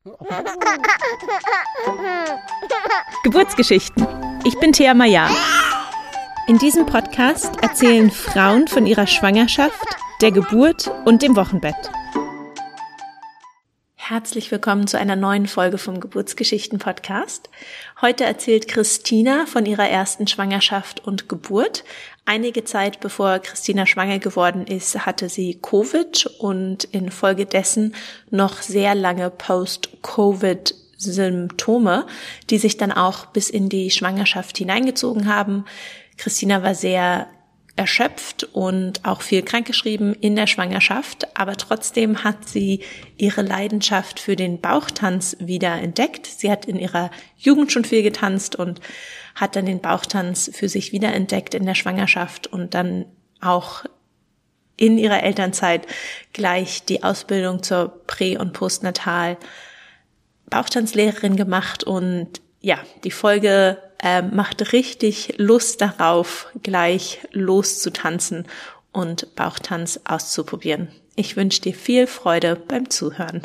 Geburtsgeschichten. Ich bin Thea Maya. In diesem Podcast erzählen Frauen von ihrer Schwangerschaft, der Geburt und dem Wochenbett. Herzlich willkommen zu einer neuen Folge vom Geburtsgeschichten-Podcast. Heute erzählt Christina von ihrer ersten Schwangerschaft und Geburt. Einige Zeit bevor Christina schwanger geworden ist, hatte sie Covid und infolgedessen noch sehr lange Post-Covid-Symptome, die sich dann auch bis in die Schwangerschaft hineingezogen haben. Christina war sehr erschöpft und auch viel krankgeschrieben in der Schwangerschaft, aber trotzdem hat sie ihre Leidenschaft für den Bauchtanz wieder entdeckt. Sie hat in ihrer Jugend schon viel getanzt und hat dann den Bauchtanz für sich wiederentdeckt in der Schwangerschaft und dann auch in ihrer Elternzeit gleich die Ausbildung zur Prä- und Postnatal Bauchtanzlehrerin gemacht und ja, die Folge macht richtig Lust darauf, gleich loszutanzen und Bauchtanz auszuprobieren. Ich wünsche dir viel Freude beim Zuhören.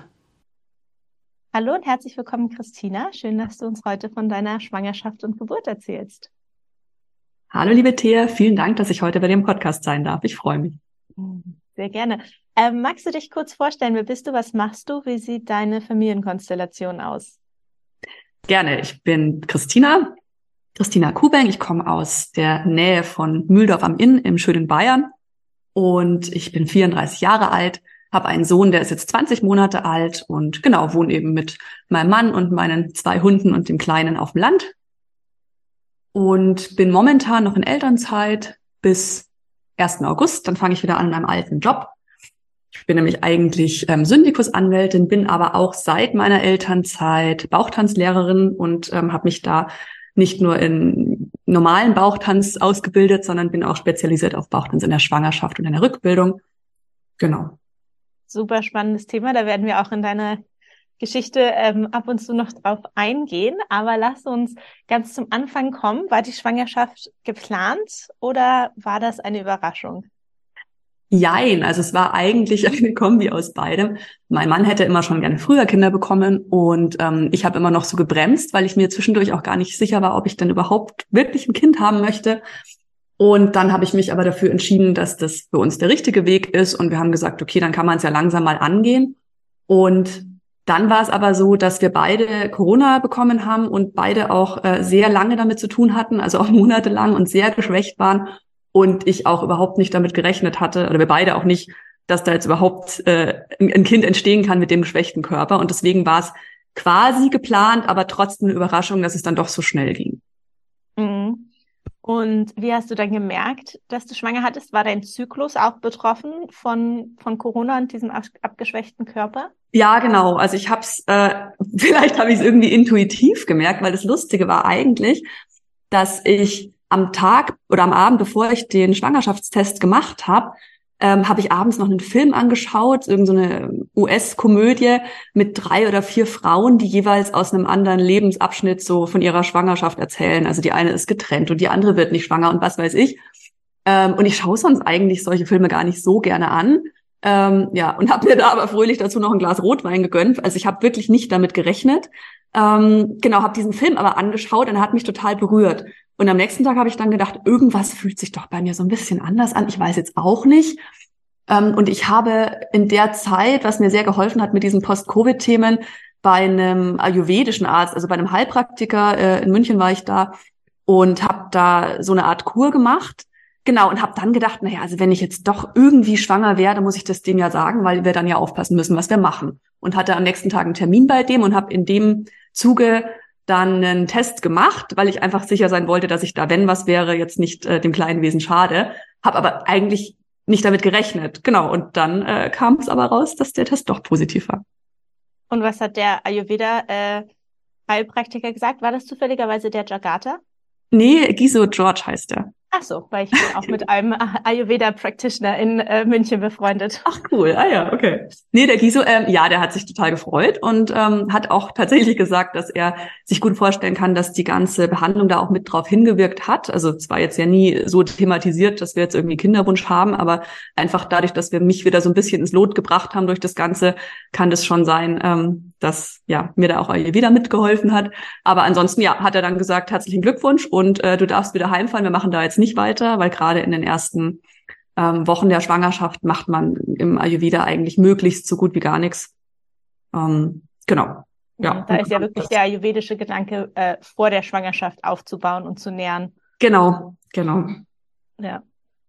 Hallo und herzlich willkommen, Christina. Schön, dass du uns heute von deiner Schwangerschaft und Geburt erzählst. Hallo, liebe Thea. Vielen Dank, dass ich heute bei dem Podcast sein darf. Ich freue mich. Sehr gerne. Magst du dich kurz vorstellen? Wer bist du? Was machst du? Wie sieht deine Familienkonstellation aus? Gerne. Ich bin Christina Kubeng. Ich komme aus der Nähe von Mühldorf am Inn im schönen Bayern und ich bin 34 Jahre alt, habe einen Sohn, der ist jetzt 20 Monate alt und genau, wohne eben mit meinem Mann und meinen 2 Hunden und dem Kleinen auf dem Land und bin momentan noch in Elternzeit bis 1. August. Dann fange ich wieder an in meinem alten Job. Ich bin nämlich eigentlich Syndikusanwältin, bin aber auch seit meiner Elternzeit Bauchtanzlehrerin und habe mich da nicht nur in normalen Bauchtanz ausgebildet, sondern bin auch spezialisiert auf Bauchtanz in der Schwangerschaft und in der Rückbildung. Genau. Super spannendes Thema, da werden wir auch in deiner Geschichte ab und zu noch drauf eingehen. Aber lass uns ganz zum Anfang kommen. War die Schwangerschaft geplant oder war das eine Überraschung? Jein, also es war eigentlich eine Kombi aus beidem. Mein Mann hätte immer schon gerne früher Kinder bekommen und ich habe immer noch so gebremst, weil ich mir zwischendurch auch gar nicht sicher war, ob ich denn überhaupt wirklich ein Kind haben möchte. Und dann habe ich mich aber dafür entschieden, dass das für uns der richtige Weg ist und wir haben gesagt, okay, dann kann man es ja langsam mal angehen. Und dann war es aber so, dass wir beide Corona bekommen haben und beide auch sehr lange damit zu tun hatten, also auch monatelang und sehr geschwächt waren. Und ich auch überhaupt nicht damit gerechnet hatte, oder wir beide auch nicht, dass da jetzt überhaupt ein Kind entstehen kann mit dem geschwächten Körper. Und deswegen war es quasi geplant, aber trotzdem eine Überraschung, dass es dann doch so schnell ging. Mhm. Und wie hast du dann gemerkt, dass du schwanger hattest? War dein Zyklus auch betroffen von Corona und diesem abgeschwächten Körper? Ja, genau. Also ich habe es, vielleicht habe ich es irgendwie intuitiv gemerkt, weil das Lustige war eigentlich, dass ich am Tag oder am Abend, bevor ich den Schwangerschaftstest gemacht habe, habe ich abends noch einen Film angeschaut, irgend so eine US-Komödie mit 3 oder 4 Frauen, die jeweils aus einem anderen Lebensabschnitt so von ihrer Schwangerschaft erzählen. Also die eine ist getrennt und die andere wird nicht schwanger und was weiß ich. Und ich schaue sonst eigentlich solche Filme gar nicht so gerne an. Ja, und habe mir da aber fröhlich dazu noch ein Glas Rotwein gegönnt. Also ich habe wirklich nicht damit gerechnet. Genau, habe diesen Film aber angeschaut und er hat mich total berührt. Und am nächsten Tag habe ich dann gedacht, irgendwas fühlt sich doch bei mir so ein bisschen anders an. Ich weiß jetzt auch nicht. Und ich habe in der Zeit, was mir sehr geholfen hat mit diesen Post-Covid-Themen, bei einem ayurvedischen Arzt, also bei einem Heilpraktiker, in München war ich da und habe da so eine Art Kur gemacht. Genau, und habe dann gedacht, naja, also wenn ich jetzt doch irgendwie schwanger werde, muss ich das dem ja sagen, weil wir dann ja aufpassen müssen, was wir machen. Und hatte am nächsten Tag einen Termin bei dem und habe in dem Zuge dann einen Test gemacht, weil ich einfach sicher sein wollte, dass ich da, wenn was wäre, jetzt nicht dem kleinen Wesen schade. Habe aber eigentlich nicht damit gerechnet. Genau, und dann kam es aber raus, dass der Test doch positiv war. Und was hat der Ayurveda Heilpraktiker gesagt? War das zufälligerweise der Jagata? Nee, Giso George heißt der. Ach so, weil ich bin auch mit einem Ayurveda-Practitioner in München befreundet. Ach cool, ja, okay. Nee, der Giso, ja, der hat sich total gefreut und hat auch tatsächlich gesagt, dass er sich gut vorstellen kann, dass die ganze Behandlung da auch mit drauf hingewirkt hat. Also es war jetzt ja nie so thematisiert, dass wir jetzt irgendwie Kinderwunsch haben, aber einfach dadurch, dass wir mich wieder so ein bisschen ins Lot gebracht haben durch das Ganze, kann das schon sein, dass ja mir da auch Ayurveda mitgeholfen hat. Aber ansonsten, ja, hat er dann gesagt, herzlichen Glückwunsch und du darfst wieder heimfahren. Wir machen da jetzt nicht weiter, weil gerade in den ersten Wochen der Schwangerschaft macht man im Ayurveda eigentlich möglichst so gut wie gar nichts. Genau. Ja. Da ist ja wirklich der ayurvedische Gedanke, vor der Schwangerschaft aufzubauen und zu nähren. Genau. Ja.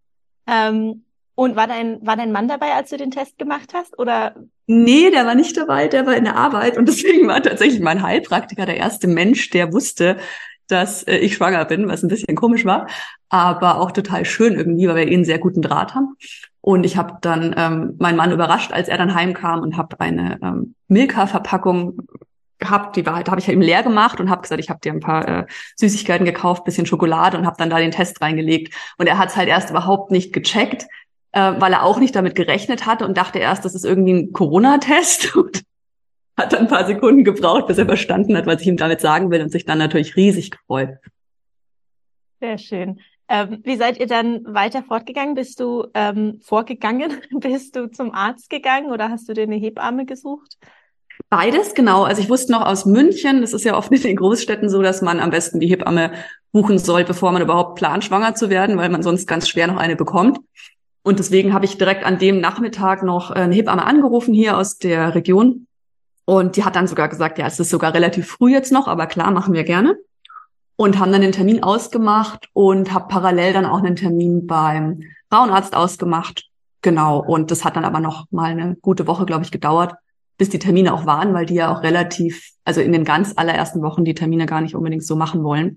Und war dein Mann dabei, als du den Test gemacht hast, oder? Nee, der war nicht dabei, der war in der Arbeit und deswegen war tatsächlich mein Heilpraktiker der erste Mensch, der wusste, dass ich schwanger bin, was ein bisschen komisch war, aber auch total schön irgendwie, weil wir einen sehr guten Draht haben. Und ich habe dann meinen Mann überrascht, als er dann heimkam und habe eine Milka-Verpackung gehabt, da habe ich ja eben leer gemacht und habe gesagt, ich habe dir ein paar Süßigkeiten gekauft, bisschen Schokolade und habe dann da den Test reingelegt. Und er hat es halt erst überhaupt nicht gecheckt, weil er auch nicht damit gerechnet hatte und dachte erst, das ist irgendwie ein Corona-Test und hat dann ein paar Sekunden gebraucht, bis er verstanden hat, was ich ihm damit sagen will und sich dann natürlich riesig gefreut. Sehr schön. Wie seid ihr dann weiter fortgegangen? Bist du vorgegangen? Bist du zum Arzt gegangen oder hast du dir eine Hebamme gesucht? Beides, genau. Also ich wusste noch aus München, das ist ja oft in den Großstädten so, dass man am besten die Hebamme buchen soll, bevor man überhaupt plant, schwanger zu werden, weil man sonst ganz schwer noch eine bekommt. Und deswegen habe ich direkt an dem Nachmittag noch eine Hebamme angerufen hier aus der Region. Und die hat dann sogar gesagt, ja, es ist sogar relativ früh jetzt noch, aber klar, machen wir gerne. Und haben dann den Termin ausgemacht und habe parallel dann auch einen Termin beim Frauenarzt ausgemacht. Genau. Und das hat dann aber noch mal eine gute Woche, glaube ich, gedauert, bis die Termine auch waren, weil die ja auch relativ, also in den ganz allerersten Wochen die Termine gar nicht unbedingt so machen wollen.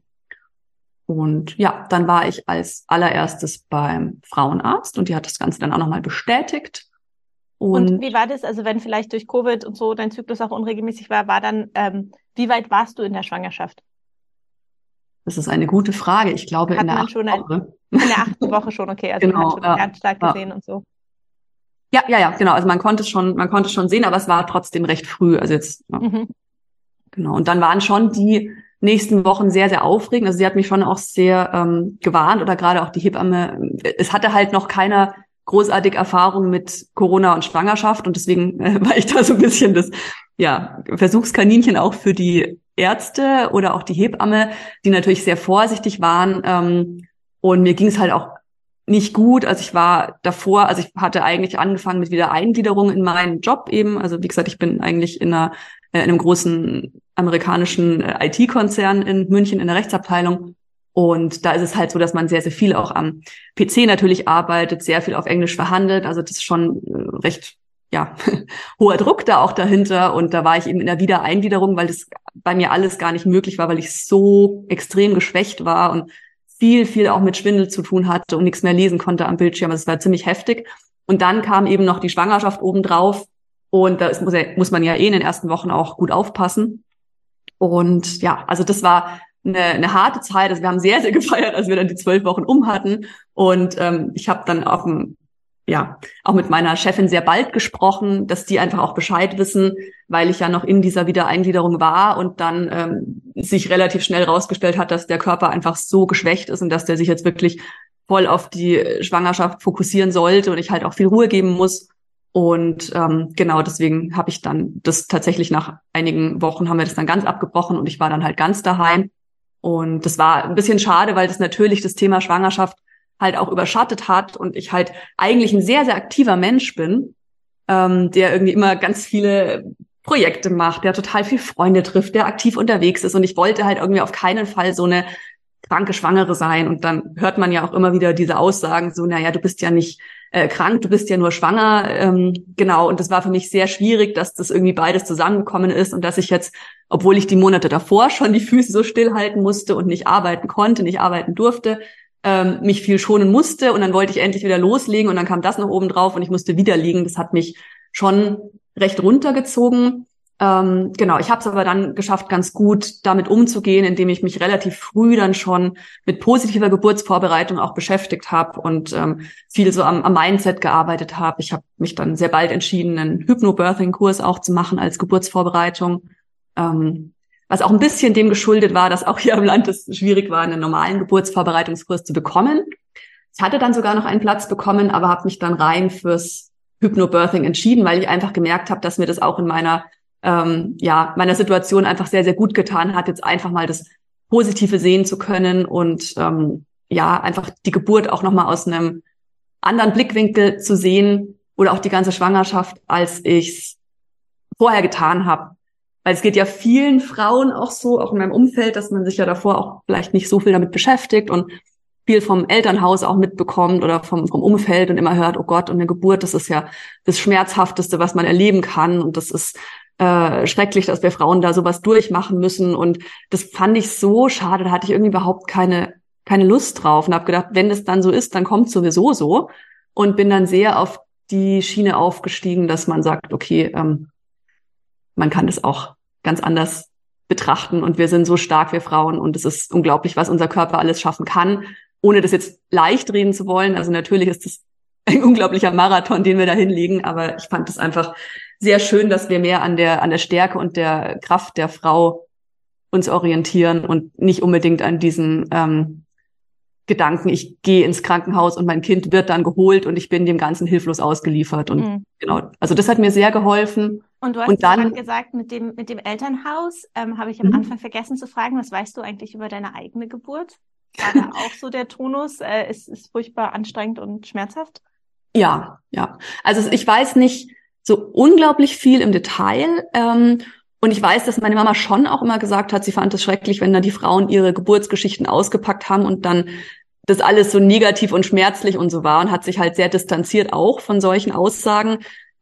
Und ja, dann war ich als allererstes beim Frauenarzt und die hat das Ganze dann auch nochmal bestätigt. Und wie war das, also wenn vielleicht durch Covid und so dein Zyklus auch unregelmäßig war dann, wie weit warst du in der Schwangerschaft? Das ist eine gute Frage. Ich glaube, in der 8. Woche. In der 8. Woche schon, okay. Also genau, man hat schon den Herzschlag gesehen und so. Ja, genau. Also man konnte es schon sehen, aber es war trotzdem recht früh. Also jetzt, ja. Genau. Und dann waren schon die nächsten Wochen sehr, sehr aufregend. Also sie hat mich schon auch sehr gewarnt oder gerade auch die Hebamme. Es hatte halt noch keiner großartig Erfahrung mit Corona und Schwangerschaft und deswegen war ich da so ein bisschen das Versuchskaninchen auch für die Ärzte oder auch die Hebamme, die natürlich sehr vorsichtig waren. Und mir ging es halt auch nicht gut. Also ich war davor, also ich hatte eigentlich angefangen mit Wiedereingliederung in meinen Job eben. Also wie gesagt, ich bin eigentlich in einem großen amerikanischen IT-Konzern in München in der Rechtsabteilung. Und da ist es halt so, dass man sehr, sehr viel auch am PC natürlich arbeitet, sehr viel auf Englisch verhandelt. Also das ist schon recht, hoher Druck da auch dahinter. Und da war ich eben in der Wiedereingliederung, weil das bei mir alles gar nicht möglich war, weil ich so extrem geschwächt war und viel auch mit Schwindel zu tun hatte und nichts mehr lesen konnte am Bildschirm. Also es war ziemlich heftig. Und dann kam eben noch die Schwangerschaft obendrauf. Und da muss man ja in den ersten Wochen auch gut aufpassen. Und ja, also das war eine harte Zeit. Also wir haben sehr, sehr gefeiert, als wir dann die 12 Wochen hatten. Und ich habe dann auch mit meiner Chefin sehr bald gesprochen, dass die einfach auch Bescheid wissen, weil ich ja noch in dieser Wiedereingliederung war und dann sich relativ schnell rausgestellt hat, dass der Körper einfach so geschwächt ist und dass der sich jetzt wirklich voll auf die Schwangerschaft fokussieren sollte und ich halt auch viel Ruhe geben muss. Und genau deswegen habe ich dann das tatsächlich nach einigen Wochen haben wir das dann ganz abgebrochen und ich war dann halt ganz daheim. Und das war ein bisschen schade, weil das natürlich das Thema Schwangerschaft halt auch überschattet hat und ich halt eigentlich ein sehr, sehr aktiver Mensch bin, der irgendwie immer ganz viele Projekte macht, der total viel Freunde trifft, der aktiv unterwegs ist und ich wollte halt irgendwie auf keinen Fall so eine kranke Schwangere sein und dann hört man ja auch immer wieder diese Aussagen so, naja, du bist ja nicht krank, du bist ja nur schwanger, genau und das war für mich sehr schwierig, dass das irgendwie beides zusammengekommen ist und dass ich jetzt, obwohl ich die Monate davor schon die Füße so stillhalten musste und nicht arbeiten konnte, nicht arbeiten durfte, mich viel schonen musste und dann wollte ich endlich wieder loslegen und dann kam das noch oben drauf und ich musste wieder liegen. Das hat mich schon recht runtergezogen Genau, ich habe es aber dann geschafft, ganz gut damit umzugehen, indem ich mich relativ früh dann schon mit positiver Geburtsvorbereitung auch beschäftigt habe und viel so am Mindset gearbeitet habe. Ich habe mich dann sehr bald entschieden, einen Hypnobirthing-Kurs auch zu machen als Geburtsvorbereitung, was auch ein bisschen dem geschuldet war, dass auch hier im Land es schwierig war, einen normalen Geburtsvorbereitungskurs zu bekommen. Ich hatte dann sogar noch einen Platz bekommen, aber habe mich dann rein fürs Hypnobirthing entschieden, weil ich einfach gemerkt habe, dass mir das auch in meiner Situation einfach sehr, sehr gut getan hat, jetzt einfach mal das Positive sehen zu können und einfach die Geburt auch nochmal aus einem anderen Blickwinkel zu sehen oder auch die ganze Schwangerschaft, als ich es vorher getan habe. Weil es geht ja vielen Frauen auch so, auch in meinem Umfeld, dass man sich ja davor auch vielleicht nicht so viel damit beschäftigt und viel vom Elternhaus auch mitbekommt oder vom Umfeld und immer hört, oh Gott, und eine Geburt, das ist ja das Schmerzhafteste, was man erleben kann und das ist schrecklich, dass wir Frauen da sowas durchmachen müssen und das fand ich so schade, da hatte ich irgendwie überhaupt keine Lust drauf und habe gedacht, wenn es dann so ist, dann kommt sowieso so und bin dann sehr auf die Schiene aufgestiegen, dass man sagt, okay, man kann das auch ganz anders betrachten und wir sind so stark, wir Frauen, und es ist unglaublich, was unser Körper alles schaffen kann, ohne das jetzt leicht reden zu wollen. Also natürlich ist das ein unglaublicher Marathon, den wir da hinlegen, aber ich fand es einfach sehr schön, dass wir mehr an der Stärke und der Kraft der Frau uns orientieren und nicht unbedingt an diesen Gedanken, ich gehe ins Krankenhaus und mein Kind wird dann geholt und ich bin dem Ganzen hilflos ausgeliefert. Und genau, also das hat mir sehr geholfen. Und du hast dann gesagt, mit dem Elternhaus habe ich am Anfang vergessen zu fragen, was weißt du eigentlich über deine eigene Geburt? War da auch so der Tonus? Ist furchtbar anstrengend und schmerzhaft? Ja. Also ich weiß nicht so unglaublich viel im Detail. Und ich weiß, dass meine Mama schon auch immer gesagt hat, sie fand es schrecklich, wenn da die Frauen ihre Geburtsgeschichten ausgepackt haben und dann das alles so negativ und schmerzlich und so war und hat sich halt sehr distanziert auch von solchen Aussagen.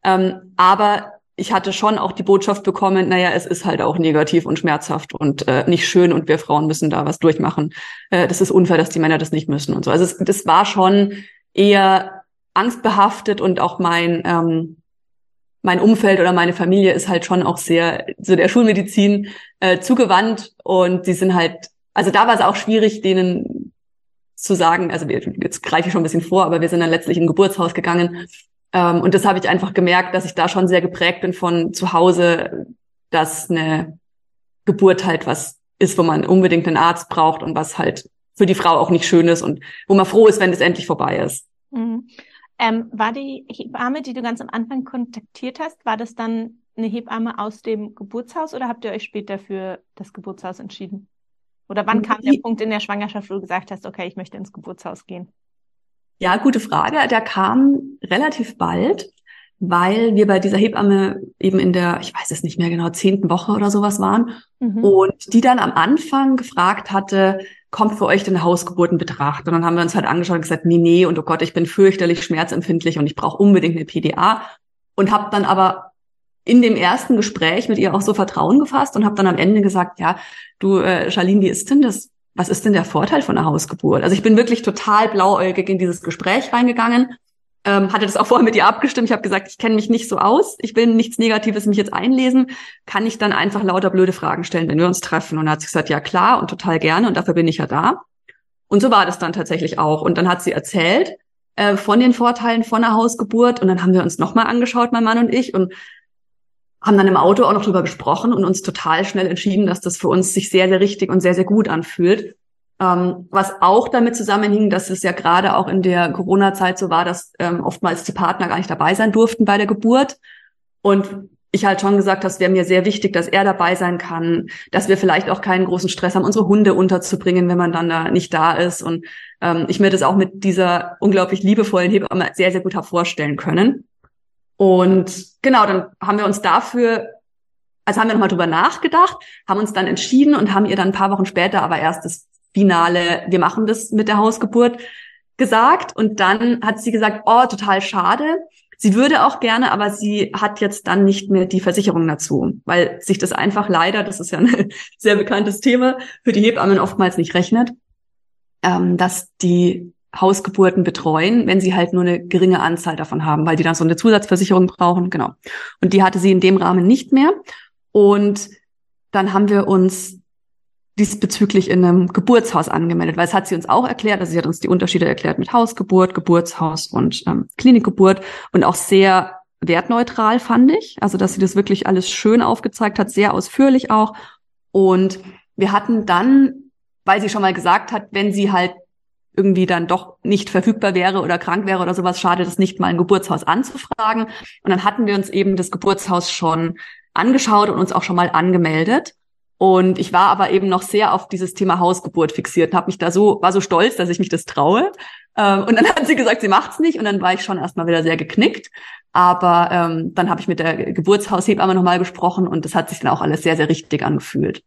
Aber ich hatte schon auch die Botschaft bekommen, naja, es ist halt auch negativ und schmerzhaft und nicht schön und wir Frauen müssen da was durchmachen. Das ist unfair, dass die Männer das nicht müssen und so. Also das war schon eher angstbehaftet und auch mein Umfeld oder meine Familie ist halt schon auch sehr so der Schulmedizin zugewandt und sie sind halt, also da war es auch schwierig, denen zu sagen, also jetzt greife ich schon ein bisschen vor, aber wir sind dann letztlich in ein Geburtshaus gegangen und das habe ich einfach gemerkt, dass ich da schon sehr geprägt bin von zu Hause, dass eine Geburt halt was ist, wo man unbedingt einen Arzt braucht und was halt für die Frau auch nicht schön ist und wo man froh ist, wenn es endlich vorbei ist. Mhm. War die Hebamme, die du ganz am Anfang kontaktiert hast, war das dann eine Hebamme aus dem Geburtshaus oder habt ihr euch später für das Geburtshaus entschieden? Oder wann kam der Punkt in der Schwangerschaft, wo du gesagt hast, okay, ich möchte ins Geburtshaus gehen? Ja, gute Frage. Der kam relativ bald, weil wir bei dieser Hebamme eben in der, ich weiß es nicht mehr genau, 10. Woche oder sowas waren. Und die dann am Anfang gefragt hatte, kommt für euch denn eine Hausgeburt in Betracht? Und dann haben wir uns halt angeschaut und gesagt, nee, und oh Gott, ich bin fürchterlich schmerzempfindlich und ich brauche unbedingt eine PDA. Und habe dann aber in dem ersten Gespräch mit ihr auch so Vertrauen gefasst und habe dann am Ende gesagt, ja, du, Charlene, was ist denn der Vorteil von einer Hausgeburt? Also ich bin wirklich total blauäugig in dieses Gespräch reingegangen, hatte das auch vorher mit ihr abgestimmt. Ich habe gesagt, ich kenne mich nicht so aus, ich will nichts Negatives mich jetzt einlesen, kann ich dann einfach lauter blöde Fragen stellen, wenn wir uns treffen? Und dann hat sie gesagt, ja klar und total gerne und dafür bin ich ja da. Und so war das dann tatsächlich auch. Und dann hat sie erzählt von den Vorteilen von einer Hausgeburt und dann haben wir uns nochmal angeschaut, mein Mann und ich, und haben dann im Auto auch noch drüber gesprochen und uns total schnell entschieden, dass das für uns sich sehr, sehr richtig und sehr, sehr gut anfühlt. Was auch damit zusammenhing, dass es ja gerade auch in der Corona-Zeit so war, dass oftmals die Partner gar nicht dabei sein durften bei der Geburt. Und ich halt schon gesagt habe, es wäre mir sehr wichtig, dass er dabei sein kann, dass wir vielleicht auch keinen großen Stress haben, unsere Hunde unterzubringen, wenn man dann da nicht da ist. Und ich mir das auch mit dieser unglaublich liebevollen Hebamme sehr, sehr gut habe vorstellen können. Und genau, dann haben wir uns haben wir nochmal drüber nachgedacht, haben uns dann entschieden und haben ihr dann ein paar Wochen später aber erst das Finale, wir machen das mit der Hausgeburt, gesagt. Und dann hat sie gesagt, oh, total schade. Sie würde auch gerne, aber sie hat jetzt dann nicht mehr die Versicherung dazu, weil sich das einfach leider, das ist ja ein sehr bekanntes Thema, für die Hebammen oftmals nicht rechnet, dass die Hausgeburten betreuen, wenn sie halt nur eine geringe Anzahl davon haben, weil die dann so eine Zusatzversicherung brauchen, genau. Und die hatte sie in dem Rahmen nicht mehr. Und dann haben wir uns diesbezüglich in einem Geburtshaus angemeldet, weil es hat sie uns auch erklärt, also sie hat uns die Unterschiede erklärt mit Hausgeburt, Geburtshaus und Klinikgeburt und auch sehr wertneutral, fand ich. Also, dass sie das wirklich alles schön aufgezeigt hat, sehr ausführlich auch. Und wir hatten dann, weil sie schon mal gesagt hat, wenn sie halt irgendwie dann doch nicht verfügbar wäre oder krank wäre oder sowas, schadet es nicht, mal ein Geburtshaus anzufragen. Und dann hatten wir uns eben das Geburtshaus schon angeschaut und uns auch schon mal angemeldet. Und ich war aber eben noch sehr auf dieses Thema Hausgeburt fixiert und war so stolz, dass ich mich das traue. Und dann hat sie gesagt, sie macht's nicht. Und dann war ich schon erstmal wieder sehr geknickt. Aber dann habe ich mit der Geburtshaushebamme nochmal gesprochen und das hat sich dann auch alles sehr, sehr richtig angefühlt.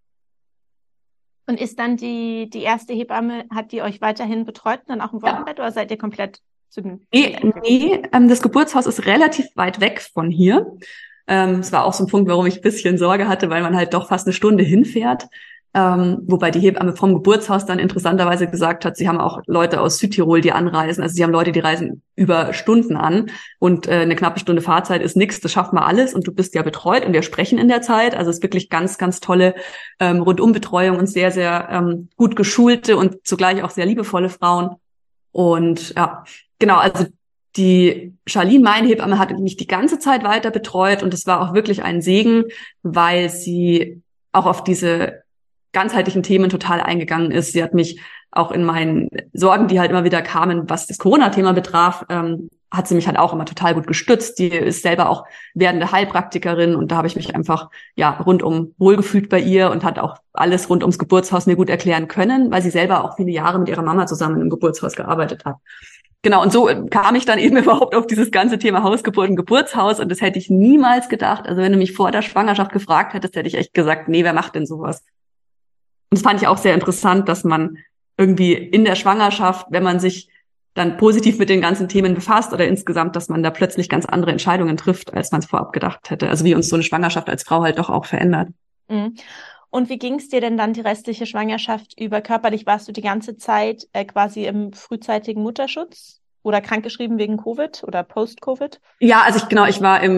Und ist dann die erste Hebamme, hat die euch weiterhin betreut, dann auch im Wochenbett, oder seid ihr komplett zu den... Nee, das Geburtshaus ist relativ weit weg von hier. Es war auch so ein Punkt, warum ich ein bisschen Sorge hatte, weil man halt doch fast eine Stunde hinfährt. Wobei die Hebamme vom Geburtshaus dann interessanterweise gesagt hat, sie haben auch Leute aus Südtirol, die anreisen. Also sie haben Leute, die reisen über Stunden an und eine knappe Stunde Fahrzeit ist nichts, das schafft man alles und du bist ja betreut und wir sprechen in der Zeit. Also es ist wirklich ganz, ganz tolle Rundumbetreuung und sehr, sehr gut geschulte und zugleich auch sehr liebevolle Frauen. Und ja, genau, also die Charlene, meine Hebamme, hat mich die ganze Zeit weiter betreut und es war auch wirklich ein Segen, weil sie auch auf diese ganzheitlichen Themen total eingegangen ist. Sie hat mich auch in meinen Sorgen, die halt immer wieder kamen, was das Corona-Thema betraf, hat sie mich halt auch immer total gut gestützt. Die ist selber auch werdende Heilpraktikerin und da habe ich mich einfach rundum wohlgefühlt bei ihr und hat auch alles rund ums Geburtshaus mir gut erklären können, weil sie selber auch viele Jahre mit ihrer Mama zusammen im Geburtshaus gearbeitet hat. Genau, und so kam ich dann eben überhaupt auf dieses ganze Thema Hausgeburt und Geburtshaus und das hätte ich niemals gedacht. Also wenn du mich vor der Schwangerschaft gefragt hättest, hätte ich echt gesagt, nee, wer macht denn sowas? Und das fand ich auch sehr interessant, dass man irgendwie in der Schwangerschaft, wenn man sich dann positiv mit den ganzen Themen befasst oder insgesamt, dass man da plötzlich ganz andere Entscheidungen trifft, als man es vorab gedacht hätte. Also wie uns so eine Schwangerschaft als Frau halt doch auch verändert. Mhm. Und wie ging es dir denn dann die restliche Schwangerschaft über? Körperlich warst du die ganze Zeit quasi im frühzeitigen Mutterschutz oder krankgeschrieben wegen Covid oder Post-Covid? Ja, also ich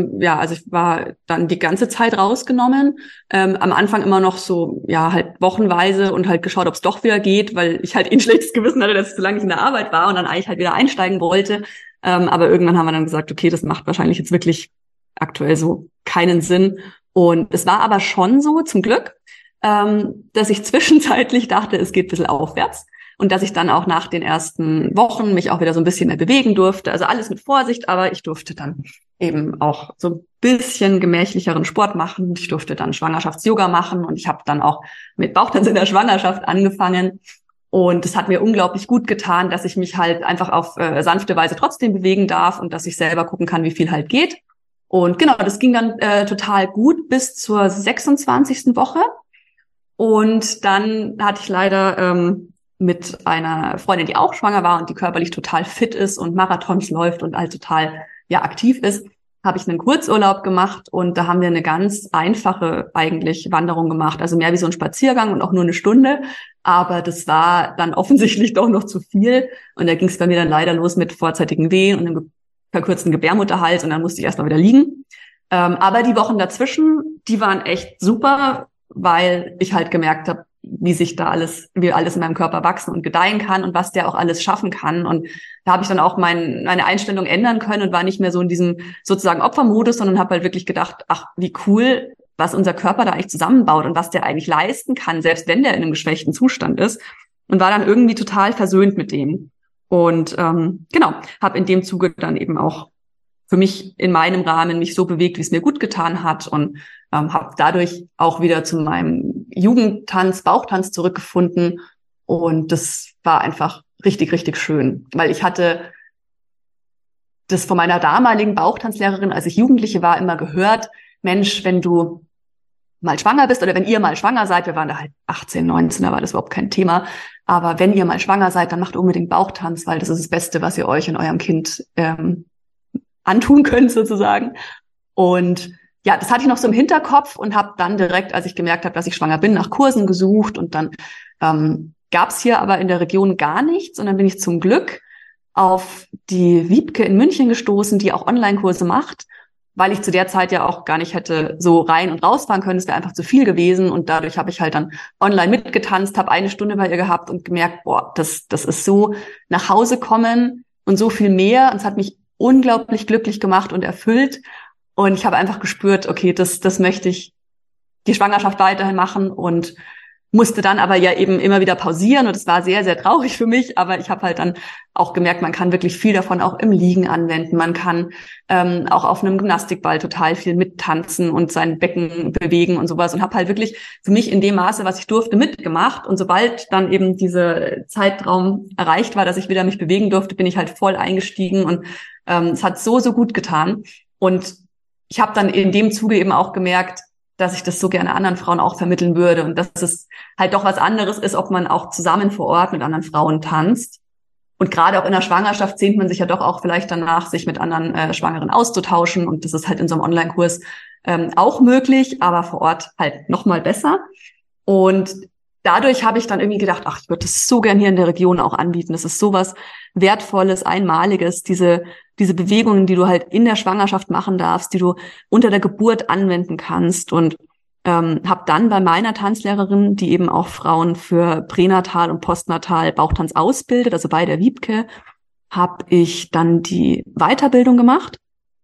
war dann die ganze Zeit rausgenommen. Am Anfang immer noch so, halt wochenweise und halt geschaut, ob es doch wieder geht, weil ich halt ein schlechtes Gewissen hatte, dass ich so lange nicht in der Arbeit war und dann eigentlich halt wieder einsteigen wollte. Aber irgendwann haben wir dann gesagt, okay, das macht wahrscheinlich jetzt wirklich aktuell so keinen Sinn. Und es war aber schon so, zum Glück, dass ich zwischenzeitlich dachte, es geht ein bisschen aufwärts. Und dass ich dann auch nach den ersten Wochen mich auch wieder so ein bisschen mehr bewegen durfte. Also alles mit Vorsicht, aber ich durfte dann eben auch so ein bisschen gemächlicheren Sport machen. Ich durfte dann Schwangerschafts-Yoga machen und ich habe dann auch mit Bauchtanz in der Schwangerschaft angefangen. Und es hat mir unglaublich gut getan, dass ich mich halt einfach auf sanfte Weise trotzdem bewegen darf und dass ich selber gucken kann, wie viel halt geht. Und genau, das ging dann total gut bis zur 26. Woche. Und dann hatte ich leider mit einer Freundin, die auch schwanger war und die körperlich total fit ist und Marathons läuft und halt total aktiv ist, habe ich einen Kurzurlaub gemacht und da haben wir eine ganz einfache eigentlich Wanderung gemacht, also mehr wie so ein Spaziergang und auch nur eine Stunde, aber das war dann offensichtlich doch noch zu viel und da ging es bei mir dann leider los mit vorzeitigen Wehen und einem verkürzten Gebärmutterhals und dann musste ich erstmal wieder liegen. Aber die Wochen dazwischen, die waren echt super, weil ich halt gemerkt habe, wie alles in meinem Körper wachsen und gedeihen kann und was der auch alles schaffen kann. Und da habe ich dann auch meine Einstellung ändern können und war nicht mehr so in diesem sozusagen Opfermodus, sondern habe halt wirklich gedacht, ach, wie cool, was unser Körper da eigentlich zusammenbaut und was der eigentlich leisten kann, selbst wenn der in einem geschwächten Zustand ist. Und war dann irgendwie total versöhnt mit dem. Und habe in dem Zuge dann eben auch für mich in meinem Rahmen mich so bewegt, wie es mir gut getan hat und habe dadurch auch wieder zu meinem Jugendtanz, Bauchtanz zurückgefunden und das war einfach richtig, richtig schön, weil ich hatte das von meiner damaligen Bauchtanzlehrerin, als ich Jugendliche war, immer gehört, Mensch, wenn du mal schwanger bist oder wenn ihr mal schwanger seid, wir waren da halt 18, 19, da war das überhaupt kein Thema, aber wenn ihr mal schwanger seid, dann macht unbedingt Bauchtanz, weil das ist das Beste, was ihr euch und eurem Kind antun könnt sozusagen. Und ja, das hatte ich noch so im Hinterkopf und habe dann direkt, als ich gemerkt habe, dass ich schwanger bin, nach Kursen gesucht und dann gab es hier aber in der Region gar nichts und dann bin ich zum Glück auf die Wiebke in München gestoßen, die auch Online-Kurse macht weil ich zu der Zeit ja auch gar nicht hätte so rein und rausfahren können. Es wäre einfach zu viel gewesen. Und dadurch habe ich halt dann online mitgetanzt, habe 1 Stunde bei ihr gehabt und gemerkt, boah, das ist so nach Hause kommen und so viel mehr. Und es hat mich unglaublich glücklich gemacht und erfüllt. Und ich habe einfach gespürt, okay, das möchte ich die Schwangerschaft weiterhin machen und musste dann aber ja eben immer wieder pausieren und es war sehr, sehr traurig für mich, aber ich habe halt dann auch gemerkt, man kann wirklich viel davon auch im Liegen anwenden, man kann auch auf einem Gymnastikball total viel mittanzen und sein Becken bewegen und sowas und habe halt wirklich für mich in dem Maße, was ich durfte, mitgemacht und sobald dann eben dieser Zeitraum erreicht war, dass ich wieder mich bewegen durfte, bin ich halt voll eingestiegen und es hat so, so gut getan und ich habe dann in dem Zuge eben auch gemerkt, dass ich das so gerne anderen Frauen auch vermitteln würde und dass es halt doch was anderes ist, ob man auch zusammen vor Ort mit anderen Frauen tanzt. Und gerade auch in der Schwangerschaft sehnt man sich ja doch auch vielleicht danach, sich mit anderen Schwangeren auszutauschen. Und das ist halt in so einem Online-Kurs auch möglich, aber vor Ort halt noch mal besser. Und dadurch habe ich dann irgendwie gedacht, ach, ich würde das so gern hier in der Region auch anbieten. Das ist sowas Wertvolles, Einmaliges, diese Bewegungen, die du halt in der Schwangerschaft machen darfst, die du unter der Geburt anwenden kannst und habe dann bei meiner Tanzlehrerin, die eben auch Frauen für Pränatal und Postnatal Bauchtanz ausbildet, also bei der Wiebke, habe ich dann die Weiterbildung gemacht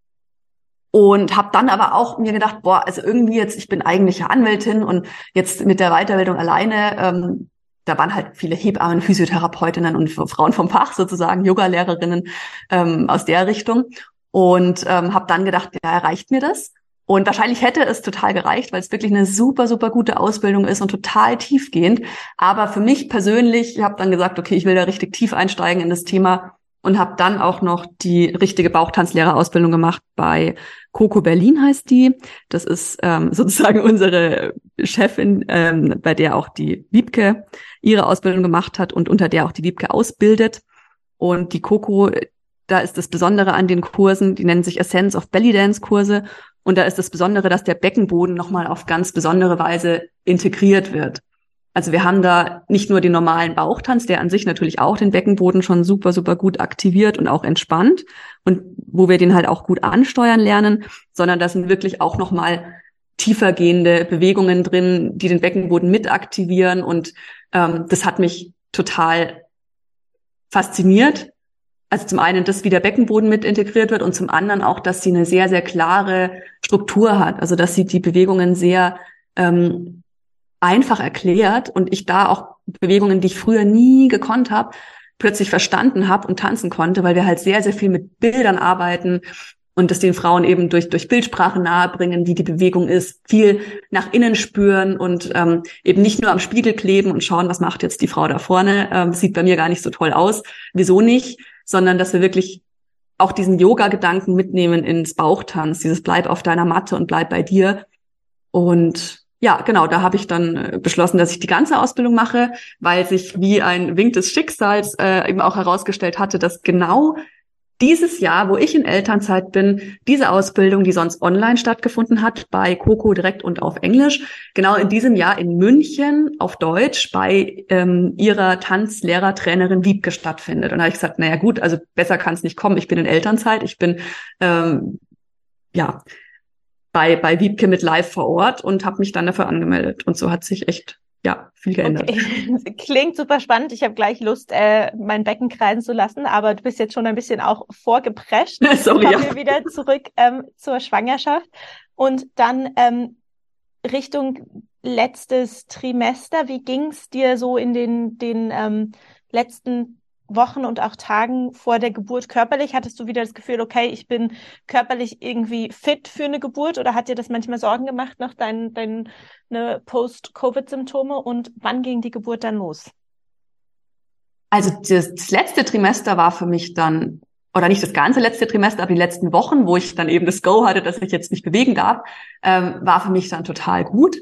und habe dann aber auch mir gedacht, boah, also irgendwie jetzt, ich bin eigentlich ja Anwältin und jetzt mit der Weiterbildung alleine, da waren halt viele Hebammen, Physiotherapeutinnen und Frauen vom Fach sozusagen, Yoga-Lehrerinnen aus der Richtung und habe dann gedacht, ja, reicht mir das? Und wahrscheinlich hätte es total gereicht, weil es wirklich eine super, super gute Ausbildung ist und total tiefgehend. Aber für mich persönlich, ich habe dann gesagt, okay, ich will da richtig tief einsteigen in das Thema und habe dann auch noch die richtige Bauchtanzlehrerausbildung gemacht bei Coco Berlin heißt die. Das ist sozusagen unsere Chefin, bei der auch die Wiebke ihre Ausbildung gemacht hat und unter der auch die Wiebke ausbildet. Und die Coco, da ist das Besondere an den Kursen, die nennen sich Essence of Belly Dance Kurse. Und da ist das Besondere, dass der Beckenboden nochmal auf ganz besondere Weise integriert wird. Also wir haben da nicht nur den normalen Bauchtanz, der an sich natürlich auch den Beckenboden schon super, super gut aktiviert und auch entspannt und wo wir den halt auch gut ansteuern lernen, sondern da sind wirklich auch nochmal tiefergehende Bewegungen drin, die den Beckenboden mit aktivieren und das hat mich total fasziniert. Also zum einen, dass wie der Beckenboden mit integriert wird und zum anderen auch, dass sie eine sehr, sehr klare Struktur hat. Also dass sie die Bewegungen sehr einfach erklärt und ich da auch Bewegungen, die ich früher nie gekonnt habe, plötzlich verstanden habe und tanzen konnte, weil wir halt sehr, sehr viel mit Bildern arbeiten und das den Frauen eben durch Bildsprache nahebringen, wie die Bewegung ist, viel nach innen spüren und eben nicht nur am Spiegel kleben und schauen, was macht jetzt die Frau da vorne, sieht bei mir gar nicht so toll aus, wieso nicht, sondern dass wir wirklich auch diesen Yoga-Gedanken mitnehmen ins Bauchtanz, dieses bleib auf deiner Matte und bleib bei dir. Und ja, genau, da habe ich dann beschlossen, dass ich die ganze Ausbildung mache, weil sich wie ein Wink des Schicksals eben auch herausgestellt hatte, dass genau dieses Jahr, wo ich in Elternzeit bin, diese Ausbildung, die sonst online stattgefunden hat, bei Coco direkt und auf Englisch, genau in diesem Jahr in München auf Deutsch bei ihrer Tanzlehrertrainerin Wiebke stattfindet. Und da habe ich gesagt, naja gut, also besser kann es nicht kommen. Ich bin in Elternzeit, ich bin bei Wiebke mit live vor Ort und habe mich dann dafür angemeldet. Und so hat sich echt viel geändert. Okay. Klingt super spannend. Ich habe gleich Lust, mein Becken kreisen zu lassen, aber du bist jetzt schon ein bisschen auch vorgeprescht. Sorry, Kommen wir wieder zurück zur Schwangerschaft und dann Richtung letztes Trimester. Wie ging es dir so in den letzten Wochen und auch Tagen vor der Geburt körperlich? Hattest du wieder das Gefühl, okay, ich bin körperlich irgendwie fit für eine Geburt oder hat dir das manchmal Sorgen gemacht nach deine Post-Covid-Symptome und wann ging die Geburt dann los? Also das letzte Trimester war für mich dann, oder nicht das ganze letzte Trimester, aber die letzten Wochen, wo ich dann eben das Go hatte, dass ich jetzt mich bewegen darf, war für mich dann total gut.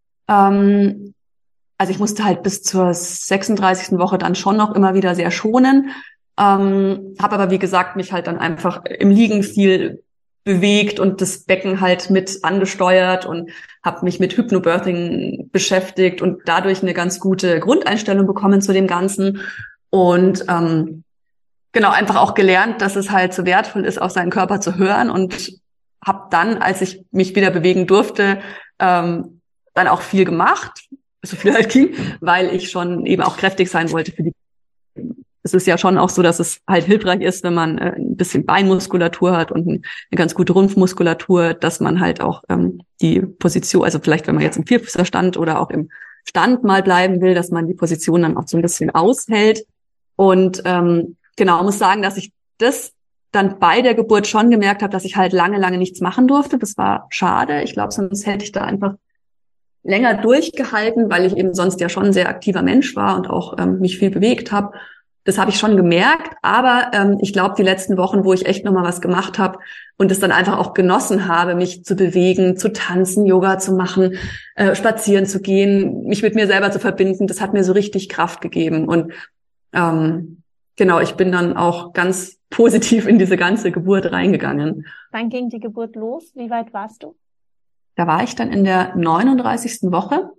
Also ich musste halt bis zur 36. Woche dann schon noch immer wieder sehr schonen, habe aber wie gesagt mich halt dann einfach im Liegen viel bewegt und das Becken halt mit angesteuert und habe mich mit Hypnobirthing beschäftigt und dadurch eine ganz gute Grundeinstellung bekommen zu dem Ganzen und genau einfach auch gelernt, dass es halt so wertvoll ist, auf seinen Körper zu hören und habe dann, als ich mich wieder bewegen durfte, dann auch viel gemacht, so viel halt ging, weil ich schon eben auch kräftig sein wollte für die. Es ist ja schon auch so, dass es halt hilfreich ist, wenn man ein bisschen Beinmuskulatur hat und eine ganz gute Rumpfmuskulatur, dass man halt auch die Position, also vielleicht wenn man jetzt im Vierfüßlerstand oder auch im Stand mal bleiben will, dass man die Position dann auch so ein bisschen aushält. Und genau, muss sagen, dass ich das dann bei der Geburt schon gemerkt habe, dass ich halt lange, lange nichts machen durfte. Das war schade. Ich glaube, sonst hätte ich da einfach länger durchgehalten, weil ich eben sonst ja schon ein sehr aktiver Mensch war und auch mich viel bewegt habe. Das habe ich schon gemerkt, aber ich glaube, die letzten Wochen, wo ich echt nochmal was gemacht habe und es dann einfach auch genossen habe, mich zu bewegen, zu tanzen, Yoga zu machen, spazieren zu gehen, mich mit mir selber zu verbinden, das hat mir so richtig Kraft gegeben. Und genau, ich bin dann auch ganz positiv in diese ganze Geburt reingegangen. Wann ging die Geburt los? Wie weit warst du? Da war ich dann in der 39. Woche.